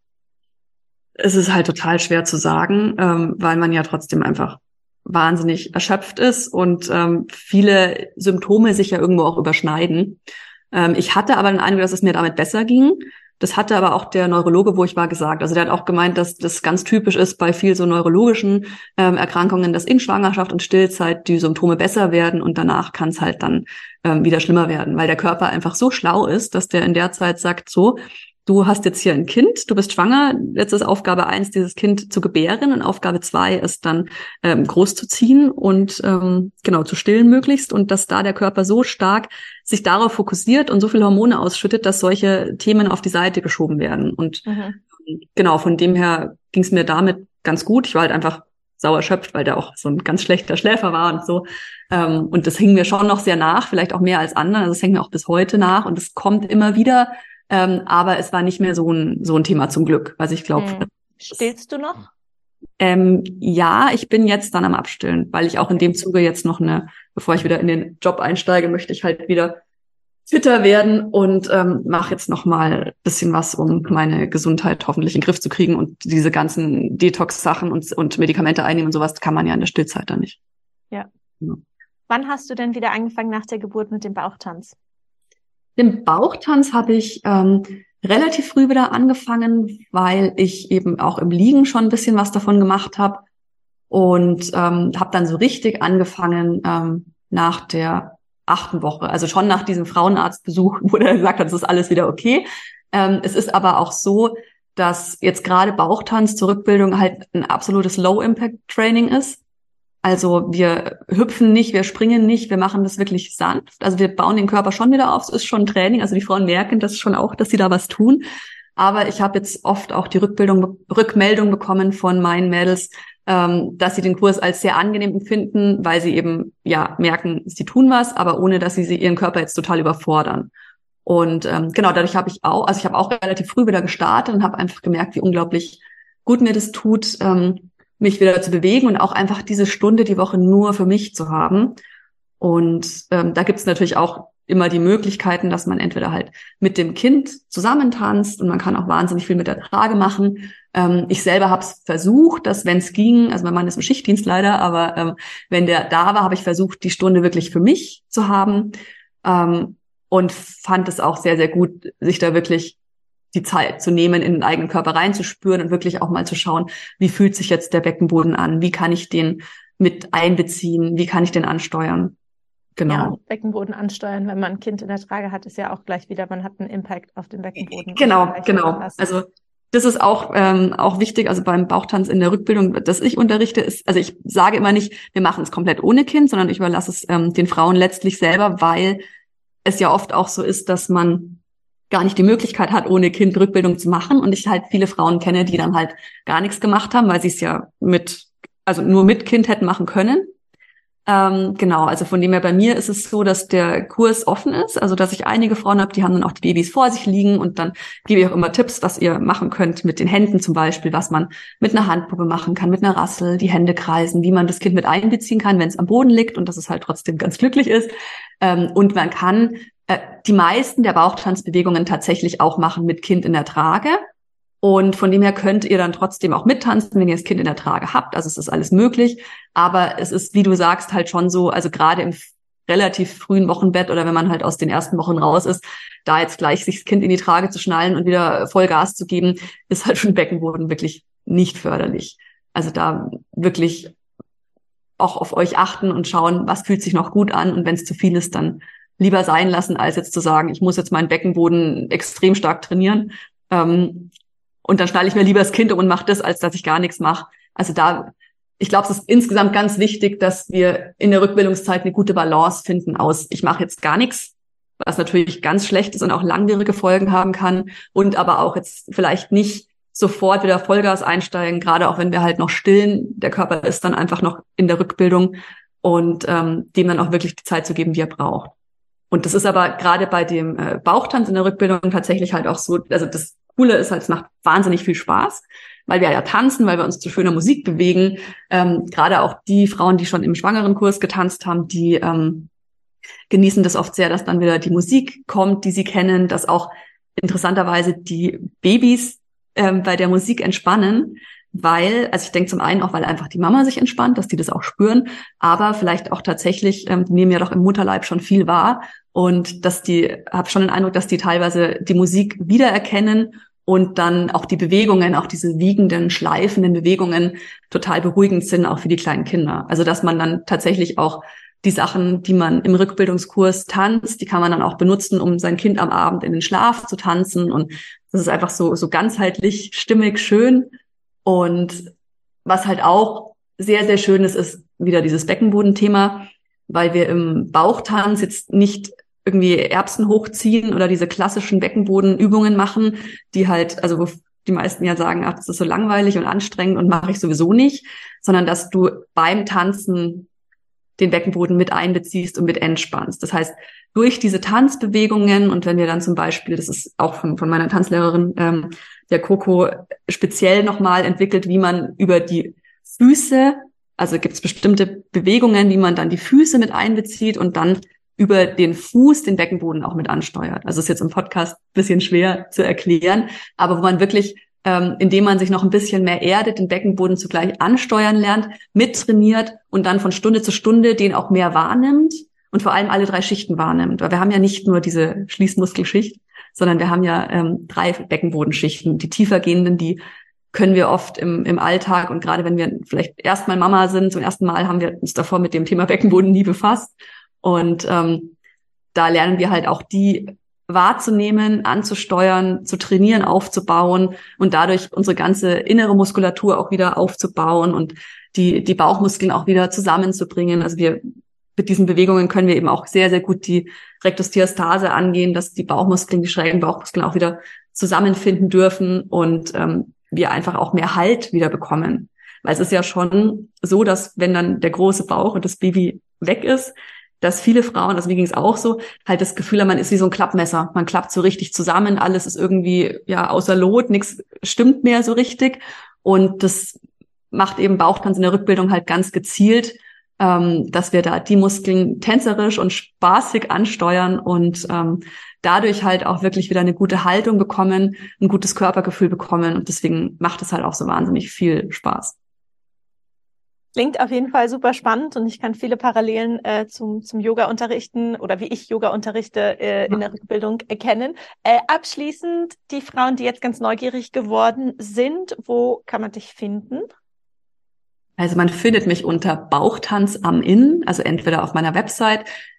Es ist halt total schwer zu sagen, weil man ja trotzdem einfach wahnsinnig erschöpft ist und viele Symptome sich ja irgendwo auch überschneiden. Ich hatte aber den Eindruck, dass es mir damit besser ging. Das hatte aber auch der Neurologe, wo ich war, gesagt. Also der hat auch gemeint, dass das ganz typisch ist bei viel so neurologischen Erkrankungen, dass in Schwangerschaft und Stillzeit die Symptome besser werden und danach kann es halt dann wieder schlimmer werden, weil der Körper einfach so schlau ist, dass der in der Zeit sagt, so, du hast jetzt hier ein Kind, du bist schwanger, jetzt ist Aufgabe 1, dieses Kind zu gebären und Aufgabe 2 ist dann großzuziehen und genau zu stillen möglichst und dass da der Körper so stark sich darauf fokussiert und so viele Hormone ausschüttet, dass solche Themen auf die Seite geschoben werden. Und genau, von dem her ging es mir damit ganz gut. Ich war halt einfach sauer erschöpft, weil der auch so ein ganz schlechter Schläfer war und so. Und das hing mir schon noch sehr nach, vielleicht auch mehr als anderen. Also es hängt mir auch bis heute nach und es kommt immer wieder. Aber es war nicht mehr so ein Thema zum Glück. Also ich glaube. Stillst du noch? Ja, ich bin jetzt dann am Abstillen, weil ich auch in dem Zuge jetzt noch bevor ich wieder in den Job einsteige, möchte ich halt wieder fitter werden und mache jetzt noch mal ein bisschen was, um meine Gesundheit hoffentlich in den Griff zu kriegen und diese ganzen Detox-Sachen und Medikamente einnehmen und sowas kann man ja in der Stillzeit dann nicht. Ja. Wann hast du denn wieder angefangen nach der Geburt mit dem Bauchtanz? Den Bauchtanz habe ich relativ früh wieder angefangen, weil ich eben auch im Liegen schon ein bisschen was davon gemacht habe und habe dann so richtig angefangen nach der 8. Woche, also schon nach diesem Frauenarztbesuch, wo der gesagt hat, es ist alles wieder okay. Es ist aber auch so, dass jetzt gerade Bauchtanz zur Rückbildung halt ein absolutes Low-Impact-Training ist. Also wir hüpfen nicht, wir springen nicht, wir machen das wirklich sanft. Also wir bauen den Körper schon wieder auf, es ist schon ein Training. Also die Frauen merken das schon auch, dass sie da was tun. Aber ich habe jetzt oft auch die Rückmeldung bekommen von meinen Mädels, dass sie den Kurs als sehr angenehm empfinden, weil sie eben ja merken, sie tun was, aber ohne, dass sie ihren Körper jetzt total überfordern. Und genau, dadurch habe ich auch relativ früh wieder gestartet und habe einfach gemerkt, wie unglaublich gut mir das tut, mich wieder zu bewegen und auch einfach diese Stunde die Woche nur für mich zu haben. Und da gibt es natürlich auch immer die Möglichkeiten, dass man entweder halt mit dem Kind zusammentanzt und man kann auch wahnsinnig viel mit der Trage machen. Ich selber habe es versucht, dass wenn es ging, also mein Mann ist im Schichtdienst leider, aber wenn der da war, habe ich versucht, die Stunde wirklich für mich zu haben und fand es auch sehr, sehr gut, sich da wirklich die Zeit zu nehmen, in den eigenen Körper reinzuspüren und wirklich auch mal zu schauen, wie fühlt sich jetzt der Beckenboden an? Wie kann ich den mit einbeziehen? Wie kann ich den ansteuern? Genau. Ja, Beckenboden ansteuern, wenn man ein Kind in der Trage hat, ist ja auch gleich wieder, man hat einen Impact auf den Beckenboden. Genau. Also das ist auch wichtig, also beim Bauchtanz in der Rückbildung, das ich unterrichte, ist, also ich sage immer nicht, wir machen es komplett ohne Kind, sondern ich überlasse es den Frauen letztlich selber, weil es ja oft auch so ist, dass man gar nicht die Möglichkeit hat, ohne Kind Rückbildung zu machen. Und ich halt viele Frauen kenne, die dann halt gar nichts gemacht haben, weil sie es ja nur mit Kind hätten machen können. Genau, also von dem her bei mir ist es so, dass der Kurs offen ist, also dass ich einige Frauen habe, die haben dann auch die Babys vor sich liegen und dann gebe ich auch immer Tipps, was ihr machen könnt mit den Händen zum Beispiel, was man mit einer Handpuppe machen kann, mit einer Rassel, die Hände kreisen, wie man das Kind mit einbeziehen kann, wenn es am Boden liegt und dass es halt trotzdem ganz glücklich ist. Und man kann die meisten der Bauchtanzbewegungen tatsächlich auch machen mit Kind in der Trage. Und von dem her könnt ihr dann trotzdem auch mittanzen, wenn ihr das Kind in der Trage habt. Also es ist alles möglich. Aber es ist, wie du sagst, halt schon so, also gerade im relativ frühen Wochenbett oder wenn man halt aus den ersten Wochen raus ist, da jetzt gleich sich das Kind in die Trage zu schnallen und wieder Vollgas zu geben, ist halt für den Beckenboden wirklich nicht förderlich. Also da wirklich auch auf euch achten und schauen, was fühlt sich noch gut an. Und wenn es zu viel ist, dann lieber sein lassen, als jetzt zu sagen, ich muss jetzt meinen Beckenboden extrem stark trainieren. Und dann schnalle ich mir lieber das Kind um und mache das, als dass ich gar nichts mache. Also da, ich glaube, es ist insgesamt ganz wichtig, dass wir in der Rückbildungszeit eine gute Balance finden aus, ich mache jetzt gar nichts, was natürlich ganz schlecht ist und auch langwierige Folgen haben kann, und aber auch jetzt vielleicht nicht sofort wieder Vollgas einsteigen, gerade auch wenn wir halt noch stillen. Der Körper ist dann einfach noch in der Rückbildung und dem dann auch wirklich die Zeit zu geben, die er braucht. Und das ist aber gerade bei dem Bauchtanz in der Rückbildung tatsächlich halt auch so, also das Coole ist halt, es macht wahnsinnig viel Spaß, weil wir ja tanzen, weil wir uns zu schöner Musik bewegen. Gerade auch die Frauen, die schon im Schwangerenkurs getanzt haben, die genießen das oft sehr, dass dann wieder die Musik kommt, die sie kennen, dass auch interessanterweise die Babys bei der Musik entspannen, weil, also ich denke zum einen auch, weil einfach die Mama sich entspannt, dass die das auch spüren, aber vielleicht auch tatsächlich, die nehmen ja doch im Mutterleib schon viel wahr, und dass die, habe schon den Eindruck, dass die teilweise die Musik wiedererkennen und dann auch die Bewegungen, auch diese wiegenden, schleifenden Bewegungen total beruhigend sind, auch für die kleinen Kinder. Also dass man dann tatsächlich auch die Sachen, die man im Rückbildungskurs tanzt, die kann man dann auch benutzen, um sein Kind am Abend in den Schlaf zu tanzen, und das ist einfach so ganzheitlich, stimmig, schön. Und was halt auch sehr, sehr schön ist wieder dieses Beckenbodenthema, weil wir im Bauchtanz jetzt nicht irgendwie Erbsen hochziehen oder diese klassischen Beckenbodenübungen machen, die halt, also wo die meisten ja sagen, ach, das ist so langweilig und anstrengend und mache ich sowieso nicht, sondern dass du beim Tanzen den Beckenboden mit einbeziehst und mit entspannst. Das heißt, durch diese Tanzbewegungen, und wenn wir dann zum Beispiel, das ist auch von meiner Tanzlehrerin, der Coco, speziell nochmal entwickelt, wie man über die Füße, also gibt es bestimmte Bewegungen, wie man dann die Füße mit einbezieht und dann über den Fuß den Beckenboden auch mit ansteuert. Also ist jetzt im Podcast ein bisschen schwer zu erklären, aber wo man wirklich, indem man sich noch ein bisschen mehr erdet, den Beckenboden zugleich ansteuern lernt, mittrainiert und dann von Stunde zu Stunde den auch mehr wahrnimmt und vor allem alle 3 Schichten wahrnimmt. Weil wir haben ja nicht nur diese Schließmuskelschicht, sondern wir haben ja 3 Beckenbodenschichten. Die tiefer gehenden, die können wir oft im Alltag, und gerade wenn wir vielleicht erstmal Mama sind, zum ersten Mal haben wir uns davor mit dem Thema Beckenboden nie befasst. Und da lernen wir halt auch die wahrzunehmen, anzusteuern, zu trainieren, aufzubauen und dadurch unsere ganze innere Muskulatur auch wieder aufzubauen und die Bauchmuskeln auch wieder zusammenzubringen. Also mit diesen Bewegungen können wir eben auch sehr, sehr gut die Rektusdiastase angehen, dass die Bauchmuskeln, die schrägen Bauchmuskeln auch wieder zusammenfinden dürfen und wir einfach auch mehr Halt wieder bekommen. Weil es ist ja schon so, dass wenn dann der große Bauch und das Baby weg ist, dass viele Frauen, also mir ging es auch so, halt das Gefühl haben, man ist wie so ein Klappmesser. Man klappt so richtig zusammen, alles ist irgendwie ja außer Lot, nichts stimmt mehr so richtig. Und das macht eben Bauchtanz in der Rückbildung halt ganz gezielt, dass wir da die Muskeln tänzerisch und spaßig ansteuern und dadurch halt auch wirklich wieder eine gute Haltung bekommen, ein gutes Körpergefühl bekommen. Und deswegen macht es halt auch so wahnsinnig viel Spaß. Klingt auf jeden Fall super spannend, und ich kann viele Parallelen zum Yoga unterrichten oder wie ich Yoga unterrichte in der Rückbildung erkennen. Abschließend, die Frauen, die jetzt ganz neugierig geworden sind, wo kann man dich finden? Also man findet mich unter Bauchtanz am Inn, also entweder auf meiner Website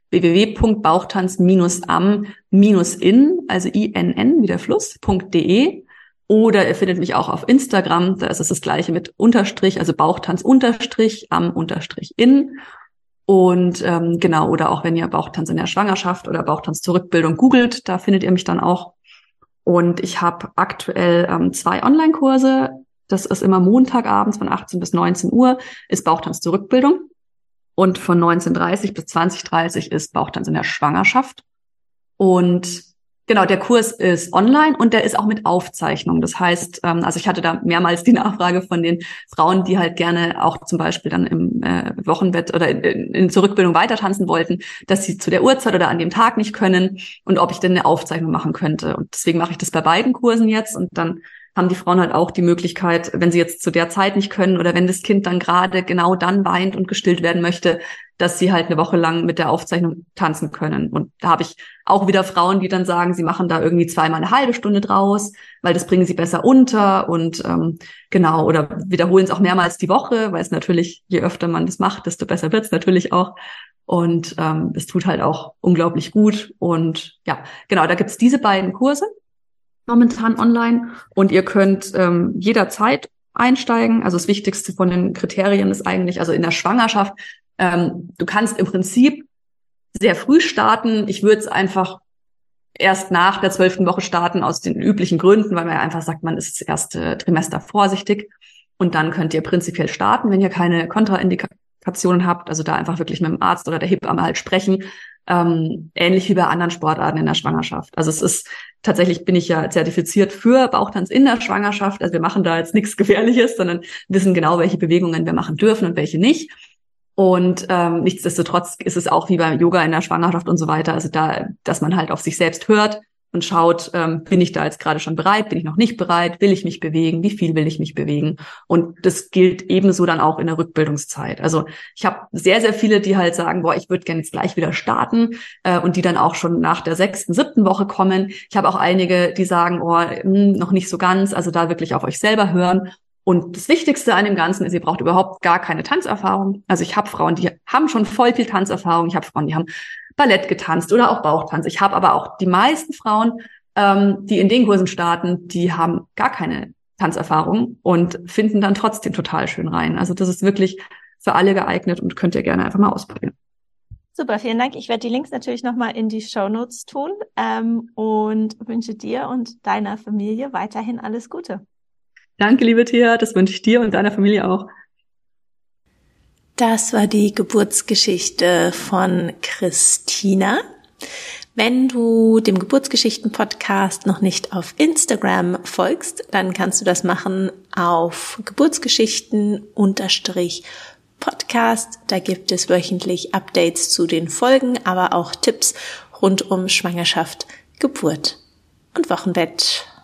www.bauchtanz-am-in, also INN wie der Fluss.de. Oder ihr findet mich auch auf Instagram, da ist es das gleiche mit Unterstrich, also Bauchtanz-am-in. Und genau, oder auch wenn ihr Bauchtanz in der Schwangerschaft oder Bauchtanz zur Rückbildung googelt, da findet ihr mich dann auch. Und ich habe aktuell 2 Online-Kurse. Das ist immer Montagabends von 18 bis 19 Uhr, ist Bauchtanz zur Rückbildung. Und von 19:30 bis 20:30 ist Bauchtanz in der Schwangerschaft. Und Genau, der Kurs ist online und der ist auch mit Aufzeichnung. Das heißt, also ich hatte da mehrmals die Nachfrage von den Frauen, die halt gerne auch zum Beispiel dann im Wochenbett oder in zur Rückbildung weiter tanzen wollten, dass sie zu der Uhrzeit oder an dem Tag nicht können und ob ich denn eine Aufzeichnung machen könnte. Und deswegen mache ich das bei beiden Kursen jetzt und dann haben die Frauen halt auch die Möglichkeit, wenn sie jetzt zu der Zeit nicht können oder wenn das Kind dann gerade genau dann weint und gestillt werden möchte, dass sie halt eine Woche lang mit der Aufzeichnung tanzen können. Und da habe ich auch wieder Frauen, die dann sagen, sie machen da irgendwie zweimal eine halbe Stunde draus, weil das bringen sie besser unter und genau, oder wiederholen es auch mehrmals die Woche, weil es natürlich, je öfter man das macht, desto besser wird es natürlich auch. Und es tut halt auch unglaublich gut. Und ja, genau, da gibt's diese beiden Kurse momentan online und ihr könnt jederzeit einsteigen. Also das Wichtigste von den Kriterien ist eigentlich, also in der Schwangerschaft, du kannst im Prinzip sehr früh starten. Ich würde es einfach erst nach der 12. Woche starten aus den üblichen Gründen, weil man ja einfach sagt, man ist das erste Trimester vorsichtig und dann könnt ihr prinzipiell starten, wenn ihr keine Kontraindikationen habt, also da einfach wirklich mit dem Arzt oder der Hebamme halt sprechen, ähnlich wie bei anderen Sportarten in der Schwangerschaft. Also es ist tatsächlich, bin ich ja zertifiziert für Bauchtanz in der Schwangerschaft, also wir machen da jetzt nichts Gefährliches, sondern wissen genau, welche Bewegungen wir machen dürfen und welche nicht. Und nichtsdestotrotz ist es auch wie beim Yoga in der Schwangerschaft und so weiter, also da, dass man halt auf sich selbst hört und schaut, bin ich da jetzt gerade schon bereit, bin ich noch nicht bereit, will ich mich bewegen, wie viel will ich mich bewegen? Und das gilt ebenso dann auch in der Rückbildungszeit. Also ich habe sehr, sehr viele, die halt sagen, boah, ich würde gerne jetzt gleich wieder starten und die dann auch schon nach der 6., 7. Woche kommen. Ich habe auch einige, die sagen, oh, noch nicht so ganz, also da wirklich auf euch selber hören. Und das Wichtigste an dem Ganzen ist, ihr braucht überhaupt gar keine Tanzerfahrung. Also ich habe Frauen, die haben schon voll viel Tanzerfahrung. Ich habe Frauen, die haben Ballett getanzt oder auch Bauchtanz. Ich habe aber auch die meisten Frauen, die in den Kursen starten, die haben gar keine Tanzerfahrung und finden dann trotzdem total schön rein. Also das ist wirklich für alle geeignet und könnt ihr gerne einfach mal ausprobieren. Super, vielen Dank. Ich werde die Links natürlich nochmal in die Shownotes tun und wünsche dir und deiner Familie weiterhin alles Gute. Danke, liebe Thea, das wünsche ich dir und deiner Familie auch. Das war die Geburtsgeschichte von Christina. Wenn du dem Geburtsgeschichten-Podcast noch nicht auf Instagram folgst, dann kannst du das machen auf Geburtsgeschichten_Podcast. Da gibt es wöchentlich Updates zu den Folgen, aber auch Tipps rund um Schwangerschaft, Geburt und Wochenbett.